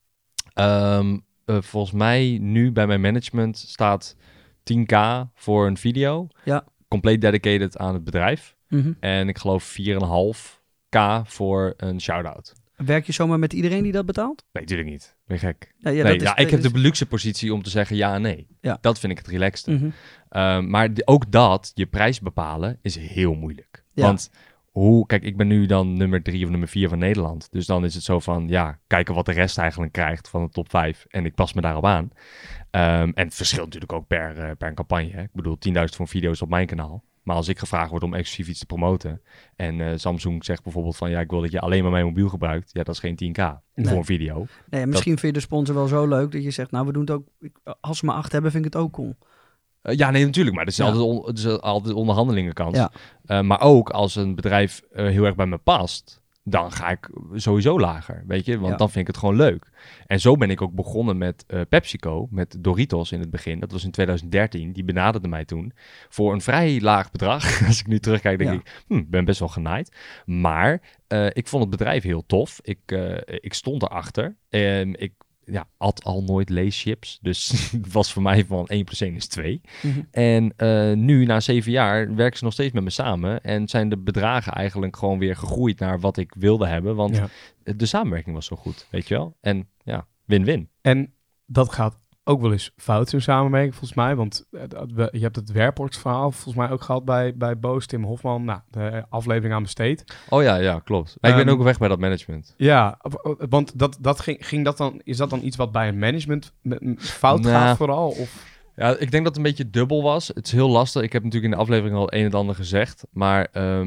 Volgens mij nu bij mijn management staat 10k voor een video. Ja. Compleet dedicated aan het bedrijf. Mhm. En ik geloof 4,5k voor een shout-out. Werk je zomaar met iedereen die dat betaalt? Nee, natuurlijk niet. Ben je gek? Nee, ik heb de luxe positie om te zeggen ja en nee. Ja. Dat vind ik het relaxste. Mhm. Maar ook dat, je prijs bepalen, is heel moeilijk. Ja. Want kijk, ik ben nu dan nummer 3 of nummer 4 van Nederland. Dus dan is het zo van, kijken wat de rest eigenlijk krijgt van de top 5. En ik pas me daarop aan. En het verschilt natuurlijk ook per een campagne. Hè. Ik bedoel, 10.000 voor video's op mijn kanaal. Maar als ik gevraagd word om exclusief iets te promoten en Samsung zegt bijvoorbeeld van ik wil dat je alleen maar mijn mobiel gebruikt. Ja, dat is geen 10k voor een video. Nee, misschien vind je de sponsor wel zo leuk dat je zegt, nou we doen het ook, als ze maar 8 hebben vind ik het ook cool. Nee, natuurlijk. Maar het is altijd onderhandelingenkans. Ja. Maar ook als een bedrijf heel erg bij me past, dan ga ik sowieso lager, weet je. Want dan vind ik het gewoon leuk. En zo ben ik ook begonnen met PepsiCo, met Doritos in het begin. Dat was in 2013. Die benaderde mij toen voor een vrij laag bedrag. Als ik nu terugkijk, denk ik, ben best wel genaaid. Maar ik vond het bedrijf heel tof. Ik stond erachter. Ik at al nooit leeschips. Dus het was voor mij van 1 + 1 is 2. Mm-hmm. En nu, na 7 jaar, werken ze nog steeds met me samen. En zijn de bedragen eigenlijk gewoon weer gegroeid naar wat ik wilde hebben. Want de samenwerking was zo goed, weet je wel. En win-win. En dat gaat ook wel eens fout in samenwerking, volgens mij. Want je hebt het Werports-verhaal volgens mij ook gehad bij Boos, Tim Hofman. Nou, de aflevering aan besteed. Oh ja, klopt. Maar ik ben ook weg bij dat management. Ja, want ging dat dan, is dat dan iets wat bij een management fout gaat vooral? Of? Ja, ik denk dat het een beetje dubbel was. Het is heel lastig. Ik heb natuurlijk in de aflevering al het een en ander gezegd. Maar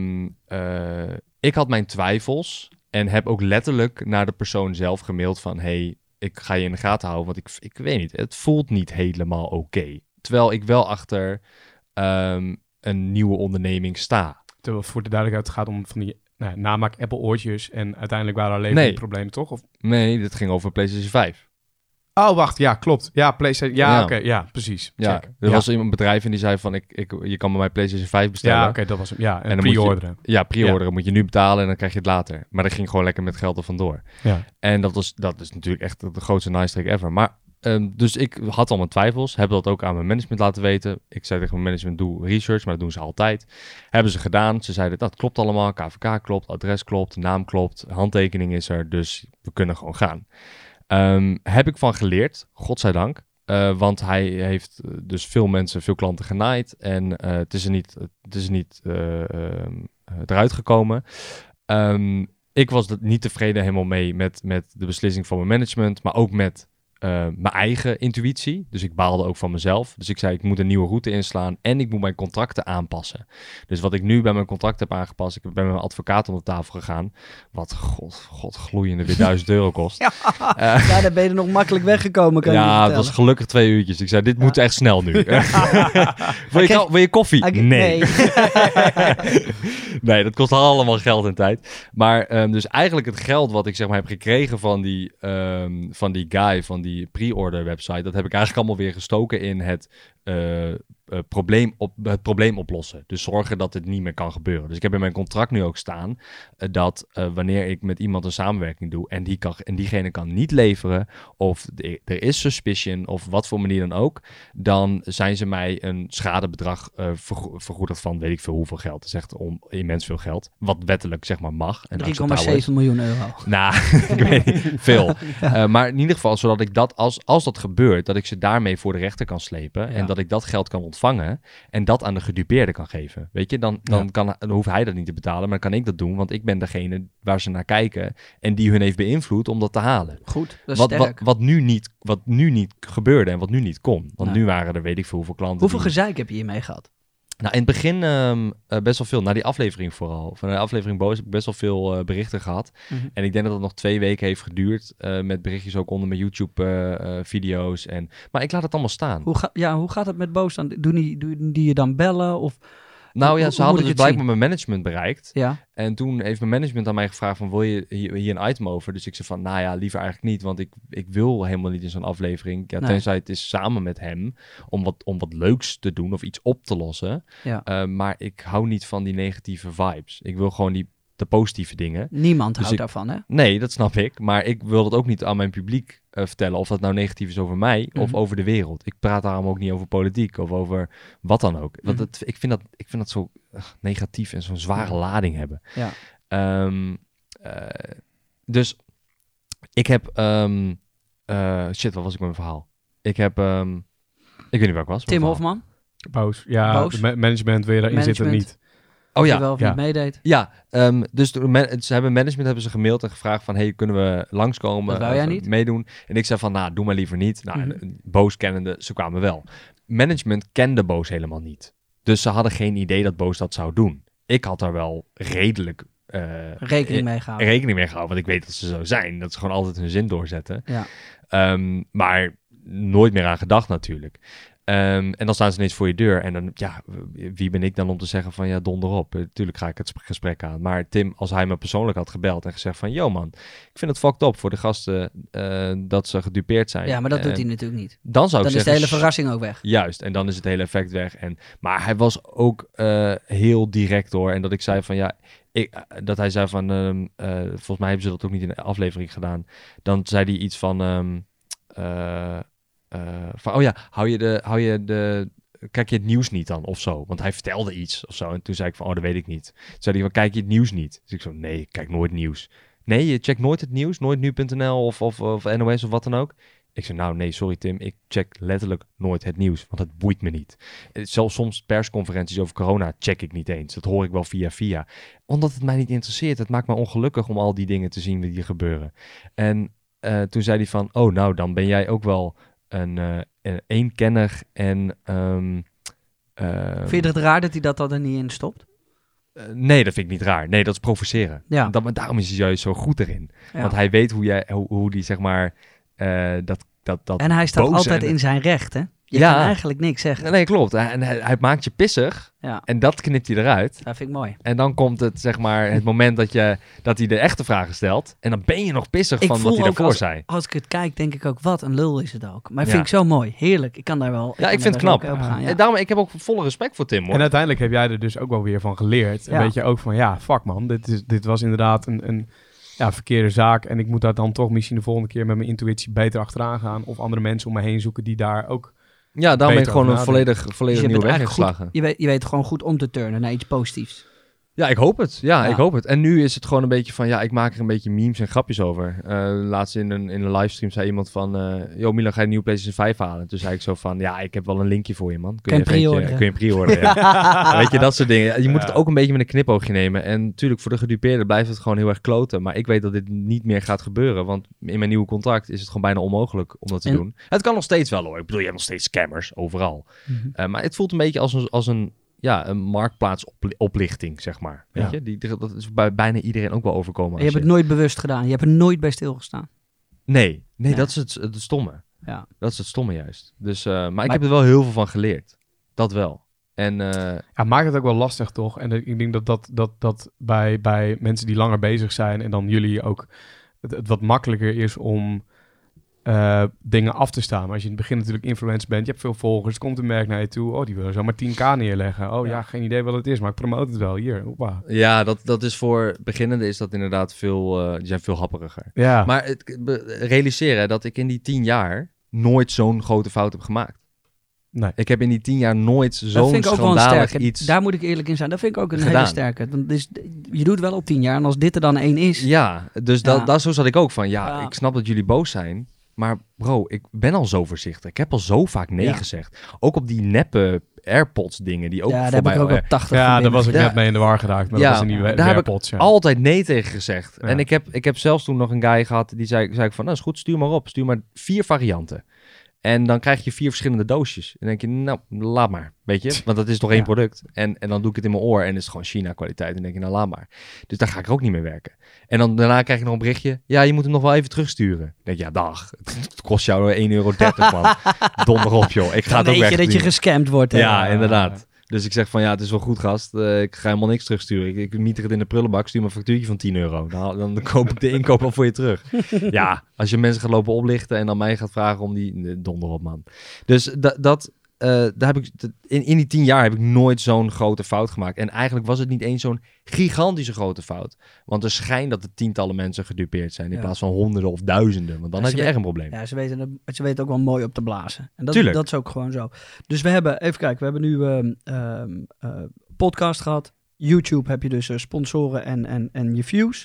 ik had mijn twijfels en heb ook letterlijk naar de persoon zelf gemaild van hey, ik ga je in de gaten houden, want ik weet niet. Het voelt niet helemaal oké. Terwijl ik wel achter een nieuwe onderneming sta. Terwijl voor de duidelijkheid, het gaat om van die namaak Apple oortjes en uiteindelijk waren er alleen problemen, toch? Of? Nee, dit ging over PlayStation 5. Oh, wacht. Ja, klopt. Ja, PlayStation. Ja, oké. Ja, precies. Ja, er was een bedrijf en die zei van, je kan bij mij PlayStation 5 bestellen. Ja, oké, dat was hem. Ja, en pre-orderen. Pre-orderen moet je nu betalen en dan krijg je het later. Maar dat ging gewoon lekker met geld er vandoor. Ja. En dat is natuurlijk echt de grootste nice trick ever. Maar, dus ik had al mijn twijfels. Heb dat ook aan mijn management laten weten. Ik zei tegen mijn management, doe research, maar dat doen ze altijd. Hebben ze gedaan. Ze zeiden, dat klopt allemaal. KVK klopt, adres klopt, naam klopt, handtekening is er. Dus we kunnen gewoon gaan. Heb ik van geleerd, godzijdank. Want hij heeft dus veel mensen, veel klanten genaaid. En het is er niet eruit gekomen. Ik was niet tevreden helemaal mee met de beslissing van mijn management. Maar ook met mijn eigen intuïtie. Dus ik baalde ook van mezelf. Dus ik zei, ik moet een nieuwe route inslaan. En ik moet mijn contracten aanpassen. Dus wat ik nu bij mijn contract heb aangepast. Ik ben met mijn advocaat om de tafel gegaan. Wat gloeiende weer €1000 kost. Daar ben je er nog makkelijk weggekomen, kan je het was gelukkig 2 uurtjes. Ik zei, dit moet echt snel nu. Wil je koffie? Nee. Nee, dat kost allemaal geld en tijd. Maar dus eigenlijk het geld wat ik zeg maar heb gekregen van die guy, van die pre-order website, dat heb ik eigenlijk allemaal weer gestoken in het probleem oplossen. Dus zorgen dat het niet meer kan gebeuren. Dus ik heb in mijn contract nu ook staan dat wanneer ik met iemand een samenwerking doe en diegene kan niet leveren of er is suspicion of wat voor manier dan ook, dan zijn ze mij een schadebedrag vergoedend van weet ik veel hoeveel geld. Dat is echt immens veel geld. Wat wettelijk zeg maar mag. 3,7 miljoen euro. Nou, ik weet niet. Veel. Maar in ieder geval, zodat ik dat, als dat gebeurt, dat ik ze daarmee voor de rechter kan slepen en dat ik dat geld kan ontvangen en dat aan de gedupeerde kan geven. Weet je, dan hoeft hij dat niet te betalen, maar dan kan ik dat doen, want ik ben degene waar ze naar kijken en die hun heeft beïnvloed om dat te halen. Goed, dat is sterk. Wat nu niet gebeurde en wat nu niet kon. Want nu waren er weet ik veel hoeveel klanten. Hoeveel gezeik heb je hiermee gehad? Nou, in het begin best wel veel. Na die aflevering vooral. Van de aflevering Boos heb ik best wel veel berichten gehad. Mm-hmm. En ik denk dat het nog 2 weken heeft geduurd. Met berichtjes ook onder mijn YouTube-video's. Maar ik laat het allemaal staan. Hoe gaat het met Boos dan? Doen die je dan bellen? Of... Nou ja, ze hadden dus blijkbaar mijn management bereikt. Ja. En toen heeft mijn management aan mij gevraagd van, wil je hier een item over? Dus ik zei van, nou ja, liever eigenlijk niet. Want ik wil helemaal niet in zo'n aflevering. Ja, nee. Tenzij het is samen met hem om wat leuks te doen of iets op te lossen. Ja. Maar ik hou niet van die negatieve vibes. Ik wil gewoon de positieve dingen. Niemand houdt daarvan, hè? Nee, dat snap ik. Maar ik wil dat ook niet aan mijn publiek vertellen. Of dat nou negatief is over mij of over de wereld. Ik praat daarom ook niet over politiek of over wat dan ook. Want ik vind dat zo negatief en zo'n zware lading hebben. Ja. Dus Ik heb... shit, wat was ik met mijn verhaal? Ik heb... ik weet niet waar ik was. Tim mijn Hofman, Boos. Ja, Boos. de management wil je daarin zitten Management. niet. Oh die ja, wel of ja. niet meedeed. ja. Dus ze hebben management hebben ze gemaild en gevraagd van... Hey, kunnen we langskomen? Dat wou jij niet? Meedoen? En ik zei van, nou, doe maar liever niet. Nou, Mhm. Boos kennende, ze kwamen wel. Management kende Boos helemaal niet. Dus ze hadden geen idee dat Boos dat zou doen. Ik had daar wel redelijk... Rekening mee gehouden. rekening mee gehouden, want ik weet dat ze zo zijn. Dat ze gewoon altijd hun zin doorzetten. Ja. Maar nooit meer aan gedacht natuurlijk. En dan staan ze ineens voor je deur. En dan, ja, wie ben ik dan om te zeggen van, ja, donder op. Tuurlijk ga ik het gesprek aan. Maar Tim, als hij me persoonlijk had gebeld en gezegd van, yo man, ik vind het fucked up voor de gasten dat ze gedupeerd zijn. Ja, maar dat doet hij natuurlijk niet. Dan zou ik Dan is de zeggen, hele verrassing ook weg. juist, en dan is het hele effect weg. Maar hij was ook heel direct hoor. En dat ik zei van, ja, dat hij zei van, volgens mij hebben ze dat ook niet in de aflevering gedaan. Dan zei hij iets van, oh ja, kijk je het nieuws niet dan of zo? Want hij vertelde iets of zo. En toen zei ik van, oh, dat weet ik niet. Toen zei hij van, kijk je het nieuws niet? Dus ik zo, nee, ik kijk nooit nieuws. Nee, je checkt nooit het nieuws? Nooit nu.nl of NOS of wat dan ook? Ik zei, nou nee, sorry Tim, ik check letterlijk nooit het nieuws, want het boeit me niet. Zelfs soms persconferenties over corona check ik niet eens. Dat hoor ik wel via. Omdat het mij niet interesseert. Het maakt me ongelukkig om al die dingen te zien die gebeuren. En toen zei hij van, oh nou, dan ben jij ook wel een eenkennig en... Vind je het raar dat hij dat er niet in stopt? Nee, dat vind ik niet raar. Nee, dat is provoceren. Ja. Daarom is hij juist zo goed erin. Ja. Want hij weet hoe die, zeg maar, dat En hij staat boze altijd en- in zijn recht, hè? Je Ja. kan eigenlijk niks zeggen. Nee, klopt. En hij maakt je pissig Ja, en dat knipt hij eruit. dat vind ik mooi. En dan komt het, zeg maar, het moment dat hij de echte vragen stelt. En dan ben je nog pissig Ik van voel wat hij ook daarvoor zei. Als ik het kijk, denk ik ook, wat een lul is het ook. Maar Ja. vind ik zo mooi. Heerlijk. Ik kan daar wel... Ja, ik kan vind het daar knap. ook op gaan, ja. En daarom, ik heb ook volle respect voor Tim, hoor. En uiteindelijk heb jij er dus ook wel weer van geleerd. Ja. Weet je ook van, ja, fuck man, dit was inderdaad een verkeerde zaak. En ik moet daar dan toch misschien de volgende keer met mijn intuïtie beter achteraan gaan. Of andere mensen om me heen zoeken die daar ook... Ja, daarom ben ik beter gewoon over een nadenken. volledig Dus je nieuwe bent weg eigenlijk ingeslagen. Je weet gewoon goed om te turnen naar iets positiefs. Ja, ik hoop het. Ja, Ja. ik hoop het. En nu is het gewoon een beetje van, ja, ik maak er een beetje memes en grapjes over. Laatst in een livestream zei iemand van, yo Milan, ga je een nieuwe PlayStation 5 halen? Toen zei ik zo van, ja, ik heb wel een linkje voor je, man. Kun je even eentje- pre-orderen? Kun je pre-orderen, ja. Weet je, dat soort dingen. Je moet het ook een beetje met een knipoogje nemen. En natuurlijk, voor de gedupeerden blijft het gewoon heel erg kloten. Maar ik weet dat dit niet meer gaat gebeuren. Want in mijn nieuwe contract is het gewoon bijna onmogelijk om dat te En- doen. Het kan nog steeds wel, hoor. Ik bedoel, je hebt nog steeds scammers overal. Maar het voelt een beetje als een marktplaatsoplichting, zeg maar. Weet Ja. je? Dat is bij bijna iedereen ook wel overkomen. En je hebt het nooit bewust gedaan. Je hebt er nooit bij stilgestaan. Nee, Ja. dat is het stomme. Ja. Dat is het stomme juist. Dus, maar ik heb er wel heel veel van geleerd. Dat wel. En Ja, maakt het ook wel lastig, toch? En ik denk dat bij mensen die langer bezig zijn en dan jullie ook het wat makkelijker is om dingen af te staan. Maar als je in het begin natuurlijk influencer bent, je hebt veel volgers, er komt een merk naar je toe, oh, die willen zomaar 10k neerleggen. Oh ja, geen idee wat het is, maar ik promote het wel. Hier, hoppa. ja, dat is voor beginnenden is dat inderdaad veel, die zijn veel happeriger. Ja, Maar realiseren dat ik in die 10 jaar nooit zo'n grote fout heb gemaakt. nee. Ik heb in die 10 jaar nooit Dat zo'n vind ik ook wel een schandalig sterke. iets... Daar moet ik eerlijk in zijn. Dat vind ik ook een hele gedaan. sterke. Want je doet wel op 10 jaar. En als dit er dan één is... Ja, dus Ja. zo zat ik ook van, ja, Ja. ik snap dat jullie boos zijn, maar bro, ik ben al zo voorzichtig. Ik heb al zo vaak nee Ja. gezegd. Ook op die neppe AirPods dingen die ook ja, daar heb voorbij... ik ook al 80 Ja, van daar was ik binnen. net mee in de war geraakt, maar Ja, dat was een nieuwe daar heb ik AirPods. Ja. altijd nee tegen gezegd. Ja. En ik heb zelfs toen nog een guy gehad, die zei ik van, nou is goed, stuur maar op. Stuur maar 4 varianten. En dan krijg je 4 verschillende doosjes. En dan denk je, nou, laat maar, weet je. Want dat is toch één Ja. product. En dan doe ik het in mijn oor en het is gewoon China-kwaliteit. En dan denk je, nou, laat maar. Dus daar ga ik er ook niet mee werken. En dan daarna krijg je nog een berichtje. Ja, je moet hem nog wel even terugsturen. Dan denk je, ja, dag. Het kost jou €1,30, man. Donder op, joh. Ik ga Dan het ook weet weg je dat je doen. gescamd wordt. hè. Ja, inderdaad. Dus ik zeg van, ja, het is wel goed, gast. Ik ga helemaal niks terugsturen. Ik mieter het in de prullenbak. Stuur me een factuurtje van €10. Dan koop ik de inkoop al voor je terug. Ja, als je mensen gaat lopen oplichten en dan mij gaat vragen om die... Donder op, man. Dus daar heb ik... In die 10 jaar heb ik nooit zo'n grote fout gemaakt. En eigenlijk was het niet eens zo'n gigantische grote fout. Want er schijnt dat er tientallen mensen gedupeerd zijn... in Ja. plaats van honderden of duizenden. Want dan Ja, heb ze je echt een probleem. Ja, ze weten ook wel mooi op te blazen. En Tuurlijk. dat is ook gewoon zo. Dus we hebben, even kijken, we hebben nu podcast gehad. YouTube heb je dus sponsoren en je views.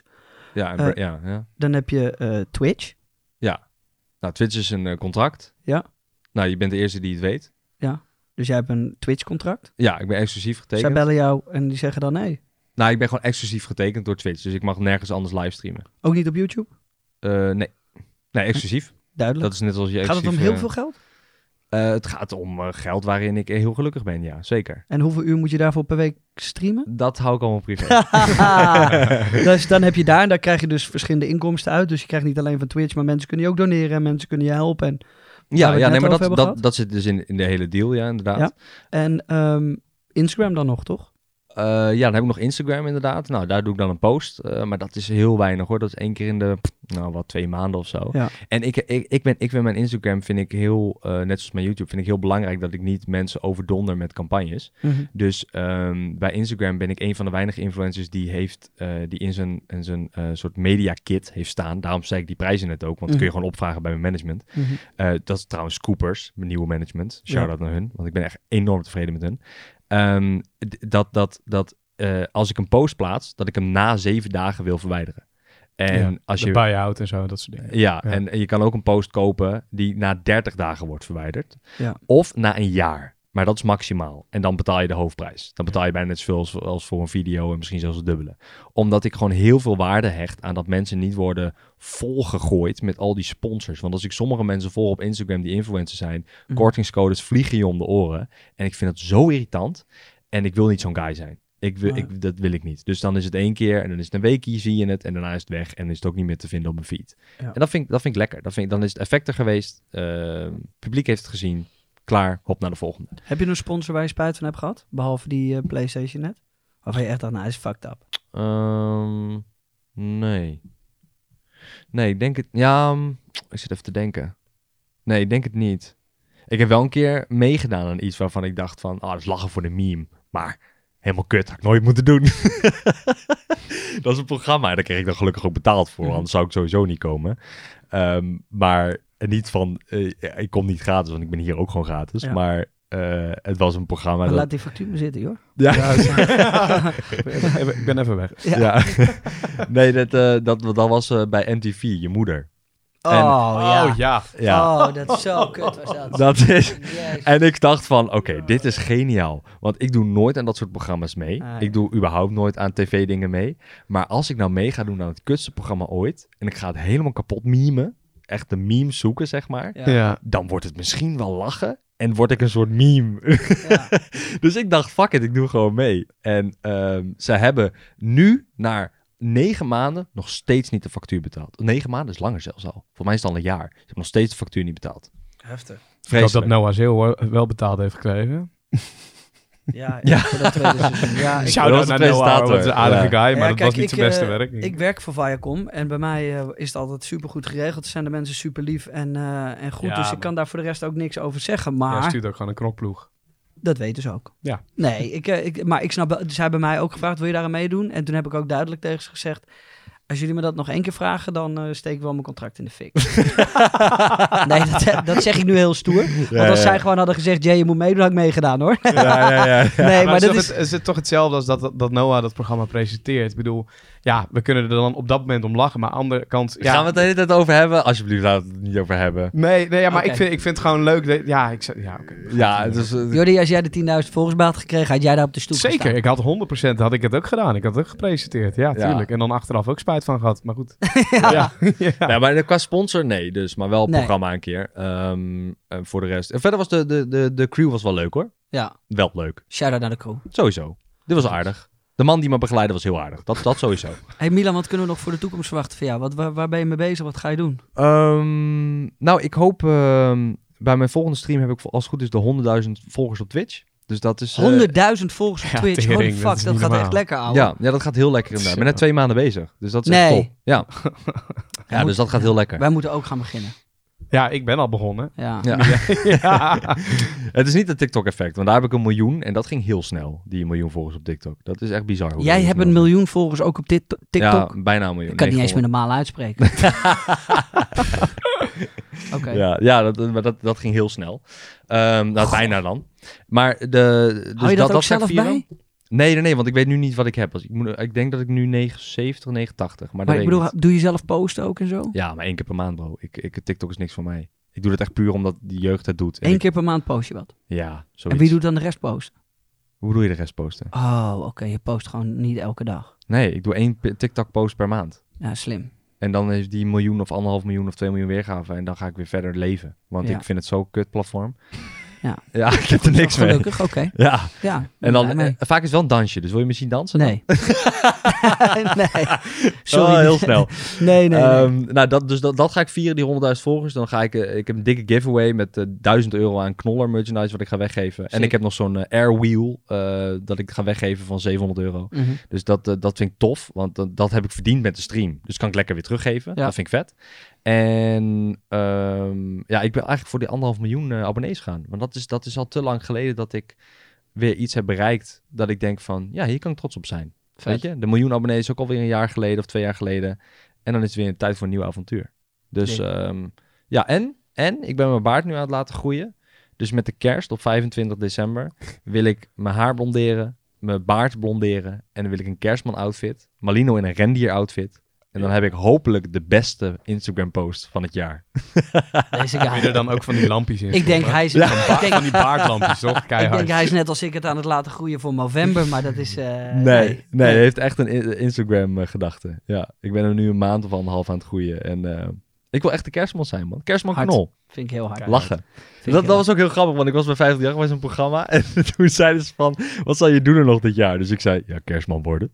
Ja, ja. Dan heb je Twitch. Nou, Twitch is een contract. Ja. Nou, je bent de eerste die het weet. Dus jij hebt een Twitch-contract. Ja, ik ben exclusief getekend. Zij bellen jou en die zeggen dan nee. Nou, ik ben gewoon exclusief getekend door Twitch. Dus ik mag nergens anders livestreamen. Ook niet op YouTube? Nee, exclusief. Duidelijk. Dat is net als je Gaat het om exclusief, heel veel geld? Het gaat om geld waarin ik heel gelukkig ben, ja, zeker. En hoeveel uur moet je daarvoor per week streamen? Dat hou ik allemaal privé. Dus dan heb je daar, en daar krijg je dus verschillende inkomsten uit. Dus je krijgt niet alleen van Twitch, maar mensen kunnen je ook doneren en mensen kunnen je helpen. En maar dat zit dus in de hele deal, ja, inderdaad. Ja. En Instagram dan nog, toch? Ja, dan heb ik nog Instagram inderdaad. Nou, daar doe ik dan een post. Maar dat is heel weinig hoor. Dat is 1 keer in de, 2 maanden of zo. Ja. En ik vind mijn Instagram, vind ik heel, net zoals mijn YouTube, vind ik heel belangrijk dat ik niet mensen overdonder met campagnes. Mm-hmm. Dus bij Instagram ben ik een van de weinige influencers die heeft, die in zijn soort media kit heeft staan. Daarom zei ik die prijzen net ook, want dat kun je gewoon opvragen bij mijn management. Mm-hmm. Dat is trouwens Coopers, mijn nieuwe management. Shout-out naar hun, want ik ben echt enorm tevreden met hun. Als ik een post plaats, dat ik hem na 7 dagen wil verwijderen. En als je buy-out en zo, dat soort dingen. Ja, en je kan ook een post kopen die na 30 dagen wordt verwijderd. Ja. Of na een jaar. Maar dat is maximaal. En dan betaal je de hoofdprijs. Dan betaal je bijna net zoveel als voor een video en misschien zelfs het dubbele. Omdat ik gewoon heel veel waarde hecht aan dat mensen niet worden volgegooid met al die sponsors. Want als ik sommige mensen volg op Instagram die influencers zijn, kortingscodes vliegen je om de oren. En ik vind dat zo irritant. En ik wil niet zo'n guy zijn. Dat wil ik niet. Dus dan is het 1 keer en dan is het een weekje, zie je het en daarna is het weg en dan is het ook niet meer te vinden op mijn feed. Ja. En dat vind ik lekker. Dan is het effect er geweest. Publiek heeft het gezien. Klaar, hop naar de volgende. Heb je een sponsor waar je spijt van hebt gehad? Behalve die PlayStation net? Waarvan je echt dacht, nou, hij is fucked up. Nee. Nee, ik denk het... Ja, ik zit even te denken. Nee, ik denk het niet. Ik heb wel een keer meegedaan aan iets waarvan ik dacht van... dat is lachen voor de meme. Maar helemaal kut, had ik nooit moeten doen. Dat is een programma en daar kreeg ik dan gelukkig ook betaald voor. Anders zou ik sowieso niet komen. Maar niet van... ik kom niet gratis, want ik ben hier ook gewoon gratis. Ja. Maar het was een programma... Maar laat die factuur maar zitten, joh. Ja. Ik ben even weg. Ja. Nee, dat was bij MTV, je moeder. Ja. Dat is zo kut was dat. Dat is... En ik dacht van, oké, dit is geniaal. Want ik doe nooit aan dat soort programma's mee. Ik doe überhaupt nooit aan tv-dingen mee. Maar als ik nou mee ga doen aan het kutste programma ooit... en ik ga het helemaal kapot memen... echt de memes zoeken, zeg maar... Ja. dan wordt het misschien wel lachen... en word ik een soort meme. Ja. Dus ik dacht, fuck it, ik doe gewoon mee. En ze hebben nu naar 9 maanden nog steeds niet de factuur betaald. 9 maanden is langer zelfs al. Volgens mij is het al een jaar. Ze hebben nog steeds de factuur niet betaald. Heftig. Ik hoop dat Noah Zeeuw wel betaald heeft gekregen. Ja. Voor dat tweede seizoen. Ja, shout-out naar Noah, dat is een aardige guy, maar dat was niet zijn beste werk. Ik werk voor Viacom en bij mij is het altijd super goed geregeld. Zijn de mensen super lief en goed, ja, dus ik kan daar voor de rest ook niks over zeggen. Maar stuurt ook gewoon een knokploeg. Dat weten ze ook. Ja. Nee, maar ik snap, ze hebben mij ook gevraagd, wil je daar aan meedoen? En toen heb ik ook duidelijk tegen ze gezegd, als jullie me dat nog 1 keer vragen, dan steek ik wel mijn contract in de fik. Nee, dat zeg ik nu heel stoer. Want als zij gewoon hadden gezegd, Jay, je moet meedoen, had ik meegedaan, hoor. Ja. Nee, maar dat is het toch hetzelfde als dat Noah dat programma presenteert. Ik bedoel, ja, we kunnen er dan op dat moment om lachen, maar aan de andere kant... Ja, gaan we het de hele tijd over hebben? Alsjeblieft, laten we het niet over hebben. Nee, maar okay. ik vind het gewoon leuk. Jordi, als jij de 10.000 volgers had gekregen, had jij daar op de stoep Zeker, ik had 100% had ik het ook gedaan. Ik had het ook gepresenteerd, ja, tuurlijk. En dan achteraf ook spijt van gehad, maar goed. Ja, maar qua sponsor, nee, dus. Maar wel programma een keer. Voor de rest. En verder was de crew was wel leuk, hoor. Ja. Wel leuk. Shout-out naar de crew. Sowieso. Dit was aardig. De man die me begeleidde was heel aardig. Dat sowieso. Hey Milan, wat kunnen we nog voor de toekomst verwachten van jou? Waar ben je mee bezig? Wat ga je doen? Nou, ik hoop... bij mijn volgende stream heb ik als het goed is de 100.000 volgers op Twitch. Dus dat is... 100.000 volgers op Twitch? Holy fuck, dat gaat echt lekker, ouwe. Ja, dat gaat heel lekker inderdaad. Ik ben net 2 maanden bezig. Dus dat is echt top. Ja, dus dat gaat heel lekker. Wij moeten ook gaan beginnen. Ja, ik ben al begonnen. Ja. Het is niet het TikTok-effect, want daar heb ik 1 miljoen en dat ging heel snel, die 1 miljoen volgers op TikTok. Dat is echt bizar. Jij hebt 1 miljoen volgers ook op TikTok? Ja, bijna 1 miljoen. Ik kan niet eens meer normaal uitspreken. Okay. Ja, dat ging heel snel. Bijna dan. Maar hou je dat ook zelf bij? Nee, want ik weet nu niet wat ik heb. Ik denk dat ik nu 79, 89. Maar ik bedoel, doe je zelf posten ook en zo? Ja, maar 1 keer per maand, bro. TikTok is niks voor mij. Ik doe het echt puur omdat die jeugd het doet. 1 keer per maand post je wat? Ja, zoiets. En wie doet dan de rest posten? Hoe bedoel je de rest posten? Oh, oké. Je post gewoon niet elke dag. Nee, ik doe 1 TikTok-post per maand. Ja, slim. En dan heeft die 1 miljoen of 1,5 miljoen of 2 miljoen weergaven. En dan ga ik weer verder leven. Want ik vind het zo'n kut platform. Ja, ik heb er niks mee. Gelukkig, oké. Ja. En dan, vaak is het wel een dansje. Dus wil je me zien dansen? Nee. Nee. Sorry. Heel snel. Nee. Nou, dat ga ik vieren, die 100.000 volgers. Dan ga ik heb een dikke giveaway met €1.000 aan Knoller merchandise wat ik ga weggeven. Zeker. En ik heb nog zo'n Airwheel dat ik ga weggeven van €700. Mm-hmm. Dus dat vind ik tof, want dat heb ik verdiend met de stream. Dus kan ik lekker weer teruggeven. Ja. Dat vind ik vet. En ik ben eigenlijk voor die 1,5 miljoen abonnees gaan. Want dat is al te lang geleden dat ik weer iets heb bereikt dat ik denk van, ja, hier kan ik trots op zijn. Vet. Weet je? De 1 miljoen abonnees is ook alweer 1 jaar geleden of 2 jaar geleden. En dan is het weer tijd voor een nieuw avontuur. Dus en ik ben mijn baard nu aan het laten groeien. Dus met de kerst op 25 december wil ik mijn haar blonderen, mijn baard blonderen. En dan wil ik een kerstman outfit. Malino in een rendier outfit. En dan heb ik hopelijk de beste Instagram post van het jaar. Deze Heb je guy. er dan ook van die lampjes in? Ik denk hij is... Van die baardlampjes, toch? Ik Keihard. denk hij is net als ik het aan het laten groeien voor november, maar dat is... Nee, hij heeft echt een Instagram gedachte. Ja, ik ben er nu 1 maand of 1,5 aan het groeien. En ik wil echt de kerstman zijn, man. Kerstman Hard. knol. Vind ik heel hard. Lachen. Vind Dat ik heel was ook heel grappig, want ik was bij 50 bij zo'n programma. En toen zeiden ze van, wat zal je doen er nog dit jaar? Dus ik zei, ja, kerstman worden.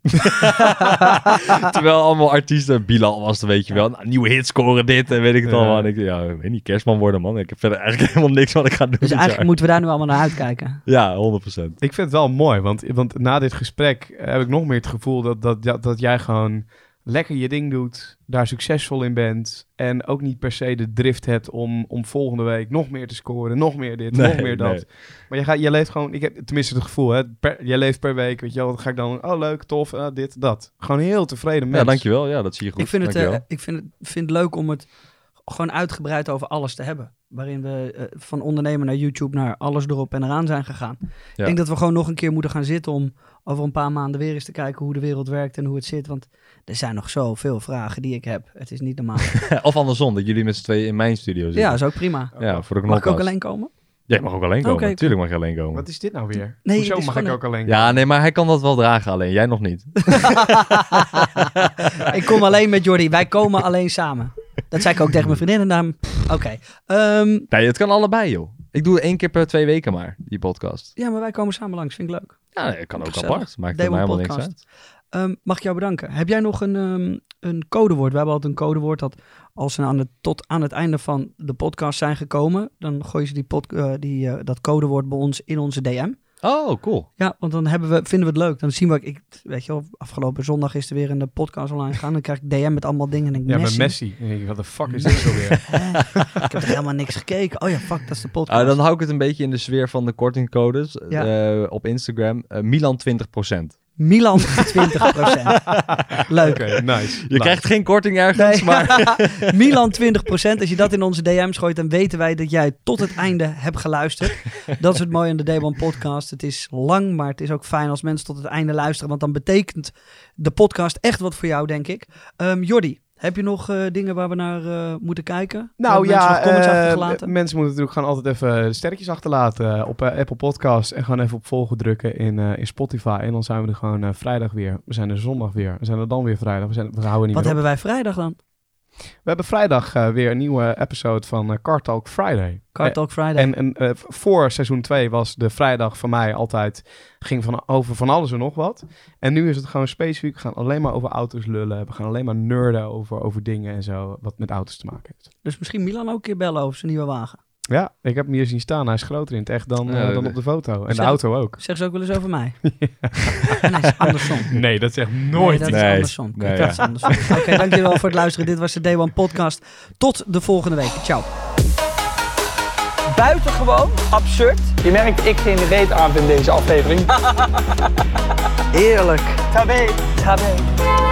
Terwijl allemaal artiesten, Bilal was het, weet je wel. Nou, nieuwe hits scoren dit en weet ik het allemaal. En ik ik weet niet, kerstman worden, man. Ik heb verder eigenlijk helemaal niks wat ik ga doen Dus dit eigenlijk jaar. moeten we daar nu allemaal naar uitkijken. Ja, 100%. Ik vind het wel mooi, want na dit gesprek heb ik nog meer het gevoel dat jij gewoon lekker je ding doet, daar succesvol in bent en ook niet per se de drift hebt om volgende week nog meer te scoren, nog meer dit, nog meer dat. Nee. Maar je leeft gewoon, ik heb tenminste het gevoel, hè, je leeft per week, weet je wel, dan ga ik dan, oh leuk, tof, dit, dat. Gewoon heel tevreden mens. Ja, dankjewel. Ja, dat zie je goed. Ik vind Dankjewel. het leuk om het gewoon uitgebreid over alles te hebben. Waarin we van ondernemer naar YouTube naar alles erop en eraan zijn gegaan. Ja. Ik denk dat we gewoon nog een keer moeten gaan zitten om over een paar maanden weer eens te kijken hoe de wereld werkt en hoe het zit. Want er zijn nog zoveel vragen die ik heb. Het is niet normaal. Of andersom, dat jullie met z'n tweeën in mijn studio zitten. Ja, is ook prima. Ja, voor de Mag ik ook knolkast. alleen komen? Jij mag ook alleen komen. Oké, Tuurlijk mag je alleen komen. Wat is dit nou weer? Nee, Hoezo het is mag ik gewoon ook alleen? Ja, nee, maar hij kan dat wel dragen alleen. Jij nog niet. Ik kom alleen met Jordi. Wij komen alleen samen. Dat zei ik ook tegen mijn vriendin. En oké. Nee, het kan allebei, joh. Ik doe het 1 keer per 2 weken maar, die podcast. Ja, maar wij komen samen langs. Vind ik leuk. Ja, nee, kan ook Gezellig. apart. Maakt Day er mij One helemaal niks podcast. uit. Mag ik jou bedanken. Heb jij nog een codewoord? We hebben altijd een codewoord dat als ze tot aan het einde van de podcast zijn gekomen, dan gooien ze dat codewoord bij ons in onze DM. Oh, cool. Ja, want dan vinden we het leuk. Dan zien we, weet je wel, afgelopen zondag is er weer een podcast online gegaan. Dan krijg ik DM met allemaal dingen en ik Ja, Messi. met Messi. Dan denk ik, wat de fuck is dit zo weer? Ik heb er helemaal niks gekeken. Oh ja, fuck, dat is de podcast. Dan hou ik het een beetje in de sfeer van de kortingcodes Ja. op Instagram. Milan 20%. Milan 20%. Leuk. Oké, nice. Je krijgt geen korting ergens, Nee. maar... Milan 20%. Als je dat in onze DM's gooit, dan weten wij dat jij tot het einde hebt geluisterd. Dat is het mooie aan de Day One podcast. Het is lang, maar het is ook fijn als mensen tot het einde luisteren. Want dan betekent de podcast echt wat voor jou, denk ik. Jordi, heb je nog dingen waar we naar moeten kijken? Nou Hebben mensen nog comments ja, achtergelaten? mensen moeten natuurlijk gewoon altijd even de sterretjes achterlaten op Apple Podcasts. En gewoon even op volgen drukken in Spotify. En dan zijn we er gewoon vrijdag weer. We zijn er zondag weer. We zijn er dan weer vrijdag. We houden niet Wat meer op. hebben wij vrijdag dan? We hebben vrijdag weer een nieuwe episode van Car Talk Friday. Car Talk Friday. En voor seizoen 2 was de vrijdag van mij altijd... ging over van alles en nog wat. En nu is het gewoon specifiek. We gaan alleen maar over auto's lullen. We gaan alleen maar nerden over dingen en zo. Wat met auto's te maken heeft. Dus misschien Milan ook een keer bellen over zijn nieuwe wagen. Ja, ik heb hem hier zien staan. Hij is groter in het echt dan op de foto. En de Zeg- auto ook. Zeg ze ook wel eens over mij? Nee, is andersom. Nee, dat zegt Nee, nooit dat iets. is Nee. andersom. Nee, Dat ja. is andersom. Oké, dankjewel voor het luisteren. Dit was de Day One podcast. Tot de volgende week. Ciao. Buitengewoon absurd. Je merkt, ik geen reet aan in deze aflevering. Heerlijk. Tabé. Tabé.